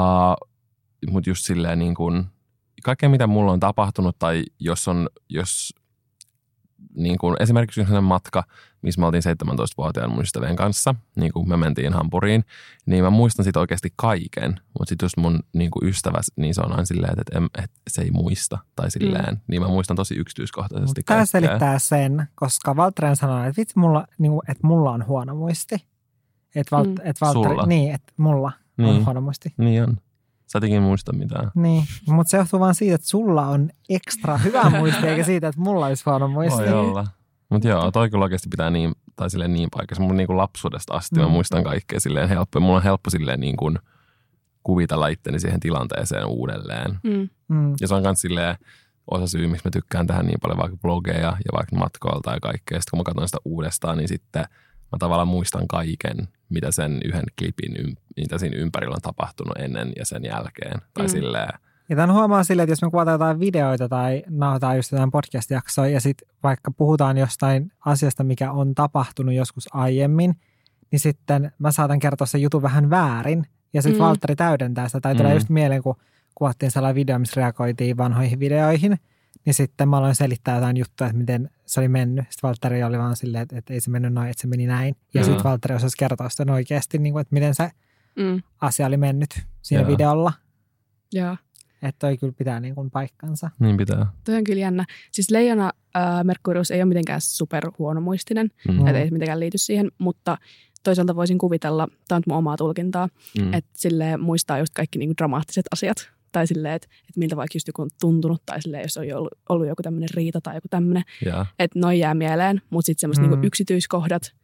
mutta just silleen niin kun, kaikkea mitä mulla on tapahtunut tai jos on, jos niin kun, esimerkiksi sellainen matka, missä me oltiin seitsemäntoistavuotiaan mun ystävien kanssa, niin kun me mentiin Hampuriin, niin mä muistan siitä oikeasti kaiken. Mutta sitten just mun niin kun ystävä, niin se on aina silleen, että, että, että se ei muista tai silleen. Mm. Niin mä muistan tosi yksityiskohtaisesti Tämä kaikkea. selittää sen, koska Valtteri sanoi, että vitsi, mulla, niin kuin, että mulla on huono muisti. Että Valt, Mm. et Valtteri, Sulla? niin, että mulla Niin. on huono muisti. Niin on. Sä et ikinä muista mitään. Niin, mutta se johtuu vaan siitä, että sulla on ekstra hyvä muisti, eikä siitä, että mulla olisi huono muisti. Voi olla. Mutta joo, toi kyllä oikeasti pitää niin, tai silleen niin paikassa. Mun niin kuin lapsuudesta asti mm. mä muistan kaikkea silleen helppo. Mulla on helppo silleen niin kuin kuvitella itteni siihen tilanteeseen uudelleen. Mm. Mm. Ja se on myös silleen osa syy, miksi mä tykkään tehdä niin paljon vaikka blogeja ja vaikka matkoilta ja kaikkea. Sitten kun mä katson sitä uudestaan, niin sitten mä tavallaan muistan kaiken, mitä sen yhden klipin, mitä siinä ympärillä on tapahtunut ennen ja sen jälkeen. Tai Mm. silleen. Ja tämän huomaa silleen, että jos me kuvataan jotain videoita tai nauhoitetaan just jotain podcast-jaksoa ja sitten vaikka puhutaan jostain asiasta, mikä on tapahtunut joskus aiemmin, niin sitten mä saatan kertoa sen jutun vähän väärin ja sitten Mm. Valtteri täydentää sitä. Tai tulee Mm. just mieleen, kun kuvattiin sellainen video, missä reagoitiin vanhoihin videoihin, niin sitten mä aloin selittää jotain juttua, että miten se oli mennyt. Sitten Valtteri oli vaan silleen, että, että ei se mennyt noin, että se meni näin. Ja Joo. sitten Valtteri osasi kertoa sitä oikeasti, niin kuin, että miten se Mm. asia oli mennyt siinä Joo. videolla. Joo. Että toi kyllä pitää niin kuin paikkansa. Niin pitää. Toi on kyllä jännä. Siis leijona äh, Merkurius ei ole mitenkään super huonomuistinen, Mm. Mm. että ei mitenkään liity siihen, mutta toisaalta voisin kuvitella, tämä on nyt mun omaa tulkintaa, Mm. että silleen muistaa just kaikki niinku dramaattiset asiat. Tai silleen, että, että miltä vaikka just joku on tuntunut, tai silleen, jos on ollut, ollut joku tämmöinen riita tai joku tämmöinen, Ja. että noi jää mieleen, mutta sitten semmoiset Mm. niinku yksityiskohdat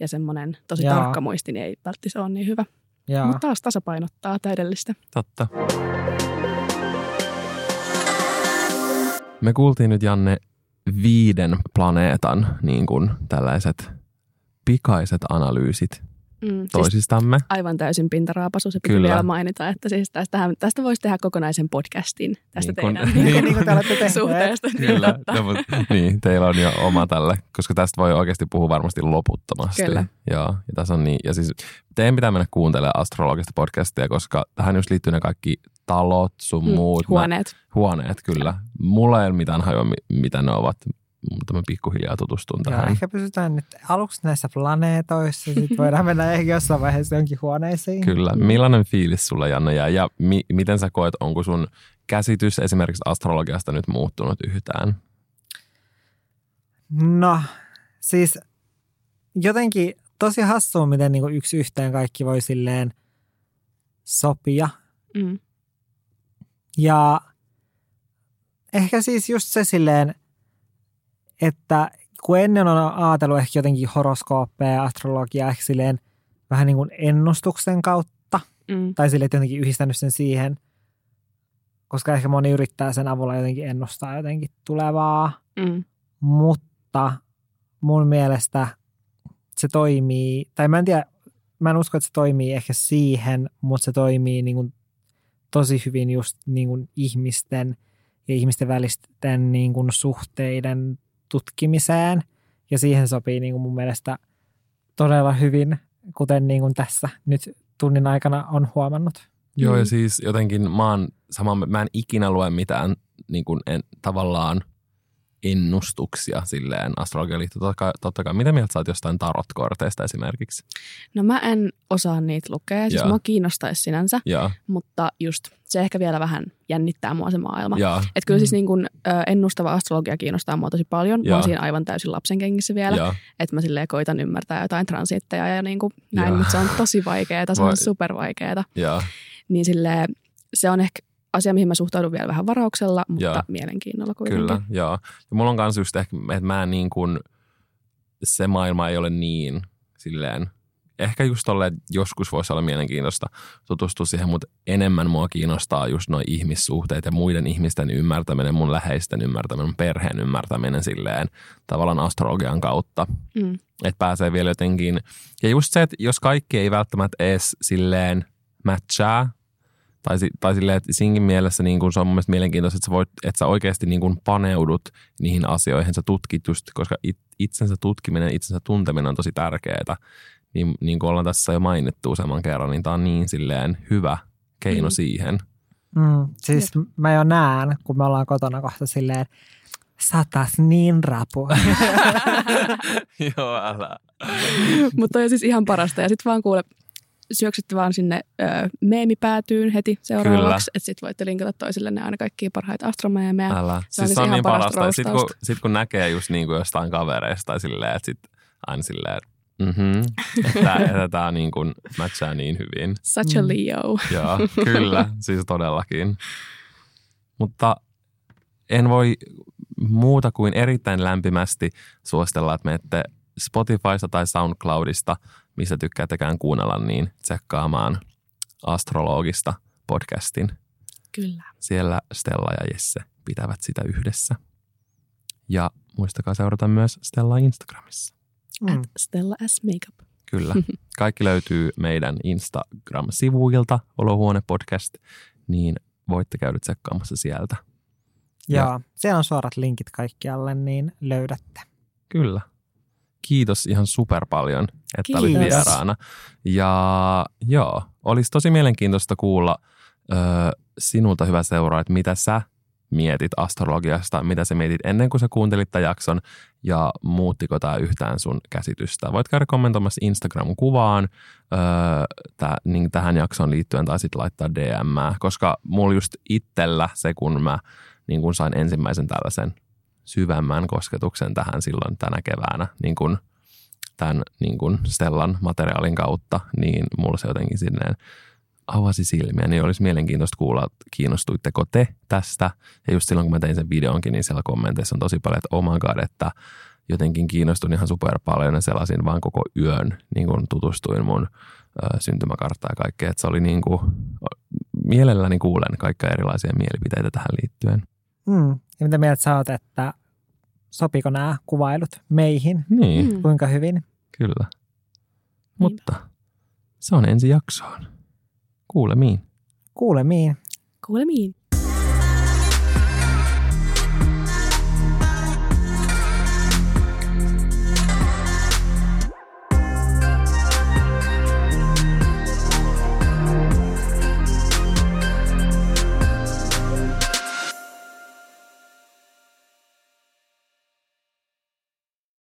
ja semmoinen tosi Jaa. tarkka muisti niin ei välttämättä ole niin hyvä. Jaa. Mutta taas tasapainottaa täydellistä. Totta. Me kuultiin nyt, Janne, viiden planeetan niin kuin tällaiset pikaiset analyysit Mm, toisistamme. Siis aivan täysin pintaraapasu. Se piti Kyllä. vielä mainita, että siis tästähän, tästä voisi tehdä kokonaisen podcastin tästä Niin kun- teidän Niin kuin, niin kuin te olette tehneet. suhteesta. Kyllä, no, mutta, niin, teillä on jo oma tälle, koska tästä voi oikeasti puhua varmasti loputtomasti. Kyllä. Joo, ja tässä on niin, ja siis teidän pitää mennä kuuntelemaan astrologista podcastia, koska tähän just liittyy ne kaikki talot, sun Mm, muut. huoneet. Mä, huoneet, kyllä. Mulla ei ole mitään hajua, mi- mitä ne ovat, mutta mä pikkuhiljaa tutustun Joo, tähän. ehkä pysytään nyt aluksi näissä planeetoissa, sitten voidaan mennä ehkä jossain vaiheessa jonkin huoneisiin. Kyllä. Millainen fiilis sulla, Janne, jää? Ja mi- miten sä koet, onko sun käsitys esimerkiksi astrologiasta nyt muuttunut yhtään? No, siis jotenkin tosi hassua, miten niinku yksi yhteen kaikki voi silleen sopia. Mm. Ja ehkä siis just se silleen, että kun ennen on ajatellut ehkä jotenkin horoskooppeja ja astrologiaa ehkä silleen vähän niin kuin ennustuksen kautta, Mm. tai silleen, että jotenkin yhdistänyt sen siihen, koska ehkä moni yrittää sen avulla jotenkin ennustaa jotenkin tulevaa, Mm. mutta mun mielestä se toimii, tai mä en tiedä, mä en usko, että se toimii ehkä siihen, mutta se toimii niin kuin tosi hyvin just niin kuin ihmisten ja ihmisten välisten niin kuin suhteiden tutkimiseen, ja siihen sopii niin kuin mun mielestä todella hyvin, kuten niin kuin tässä nyt tunnin aikana on huomannut. Joo, ja Mm. siis jotenkin mä oon sama, mä en ikinä lue mitään niin kuin en, tavallaan ennustuksia silleen astrologian liittyen. Totta kai, totta kai. Mitä mieltä sä oot jostain tarotkorteista esimerkiksi? No mä en osaa niitä lukea, siis Joo. mua kiinnostaisi sinänsä, Joo, mutta just se ehkä vielä vähän jännittää mua se maailma. joo, Että kyllä Mm. siis niin kun, ö, ennustava astrologia kiinnostaa mua tosi paljon. Mä Joo. oon siinä aivan täysin lapsen kengissä vielä. joo. Että mä silleen koitan ymmärtää jotain transitteja ja niin kuin näin, Joo. mutta se on tosi vaikeaa, se Vai- on supervaikeaa. joo. Niin silleen, se on ehkä asia, mihin mä suhtaudun vielä vähän varauksella, mutta Joo. mielenkiinnolla kuitenkin. Kyllä, joo. Ja mulla on kans just ehkä, että mä en niin kuin, se maailma ei ole niin silleen, ehkä just tolle, että joskus voisi olla mielenkiintoista tutustua siihen, mutta enemmän mua kiinnostaa just nuo ihmissuhteet ja muiden ihmisten ymmärtäminen, mun läheisten ymmärtäminen, mun perheen ymmärtäminen silleen tavallaan astrologian kautta. Mm. Että pääsee vielä jotenkin, ja just se, että jos kaikki ei välttämättä edes silleen matchaa, tai, tai silleen, että siinkin mielessä niin kun se on mun mielestä mielenkiintoista, että sä, voit, että sä oikeasti niin kun paneudut niihin asioihin, sä tutkit just, koska it, itsensä tutkiminen, itsensä tunteminen on tosi tärkeää. Niin, niin kuin ollaan tässä jo mainittu useamman kerran, niin tää on niin silleen hyvä keino Mm. siihen. Mm, siis mä jo näen, kun me ollaan kotona kohta silleen, sä oot taas niin rapu. Joo, älä. Mutta on siis ihan parasta. Ja sitten vaan kuule, syöksytte vaan sinne ö, meemipäätyyn heti seuraavaksi. Että sitten voitte linkata toisillenne aina kaikkia parhaita astromeemejä. Älä. Se on Siis siis se on ihan niin parasta parasta. Sitten kun, roastausta. sit kun näkee just niin kuin jostain kavereista tai silleen, että sitten aina silleen, mm-hmm, että, että tämä niin kuin matchaa niin hyvin. Such a Mm. Leo. Joo, kyllä, siis todellakin. Mutta en voi muuta kuin erittäin lämpimästi suositella, että menette Spotifysta tai SoundCloudista, missä tykkäättekään kuunnella, niin tsekkaamaan astrologista podcastin. Kyllä. Siellä Stella ja Jesse pitävät sitä yhdessä. Ja muistakaa seurata myös Stellaa Instagramissa. Mm. At Stella S Makeup. Kyllä. Kaikki löytyy meidän Instagram-sivuilta, Olohuone Podcast, niin voitte käydä tsekkaamassa sieltä. Joo, siellä on suorat linkit kaikkialle, niin löydätte. Kyllä. Kiitos ihan super paljon, että Kiitos. olit vieraana. Ja joo, olisi tosi mielenkiintoista kuulla ö, sinulta, hyvä seura, että mitä sä mietit astrologiasta, mitä sä mietit ennen kuin sä kuuntelit tämän jakson ja muuttiko tämä yhtään sun käsitystä. Voit käydä kommentoimassa Instagram-kuvaan öö, tää, niin tähän jaksoon liittyen tai sitten laittaa D M, koska mulla just itsellä se, kun mä niin kun sain ensimmäisen tällaisen syvemmän kosketuksen tähän silloin tänä keväänä niin kun tämän niin kun Stellan materiaalin kautta, niin mulla se jotenkin silleen avasi silmiä, niin olisi mielenkiintoista kuulla, kiinnostuitteko te tästä. Ja just silloin, kun mä tein sen videonkin, niin siellä kommenteissa on tosi paljon, että oh my god, että jotenkin kiinnostuin ihan super paljon ja selasin vaan koko yön, niin kuin tutustuin mun ö, syntymäkarttaan ja kaikkea. Että se oli niin kuin, mielelläni kuulen kaikkia erilaisia mielipiteitä tähän liittyen. Mm. Ja mitä mieltä sä oot, että sopiko nämä kuvailut meihin? Niin. Mm. Kuinka hyvin? Kyllä. Mutta se on ensi jaksoon. Kuulemiin. Kuulemiin. Kuulemiin.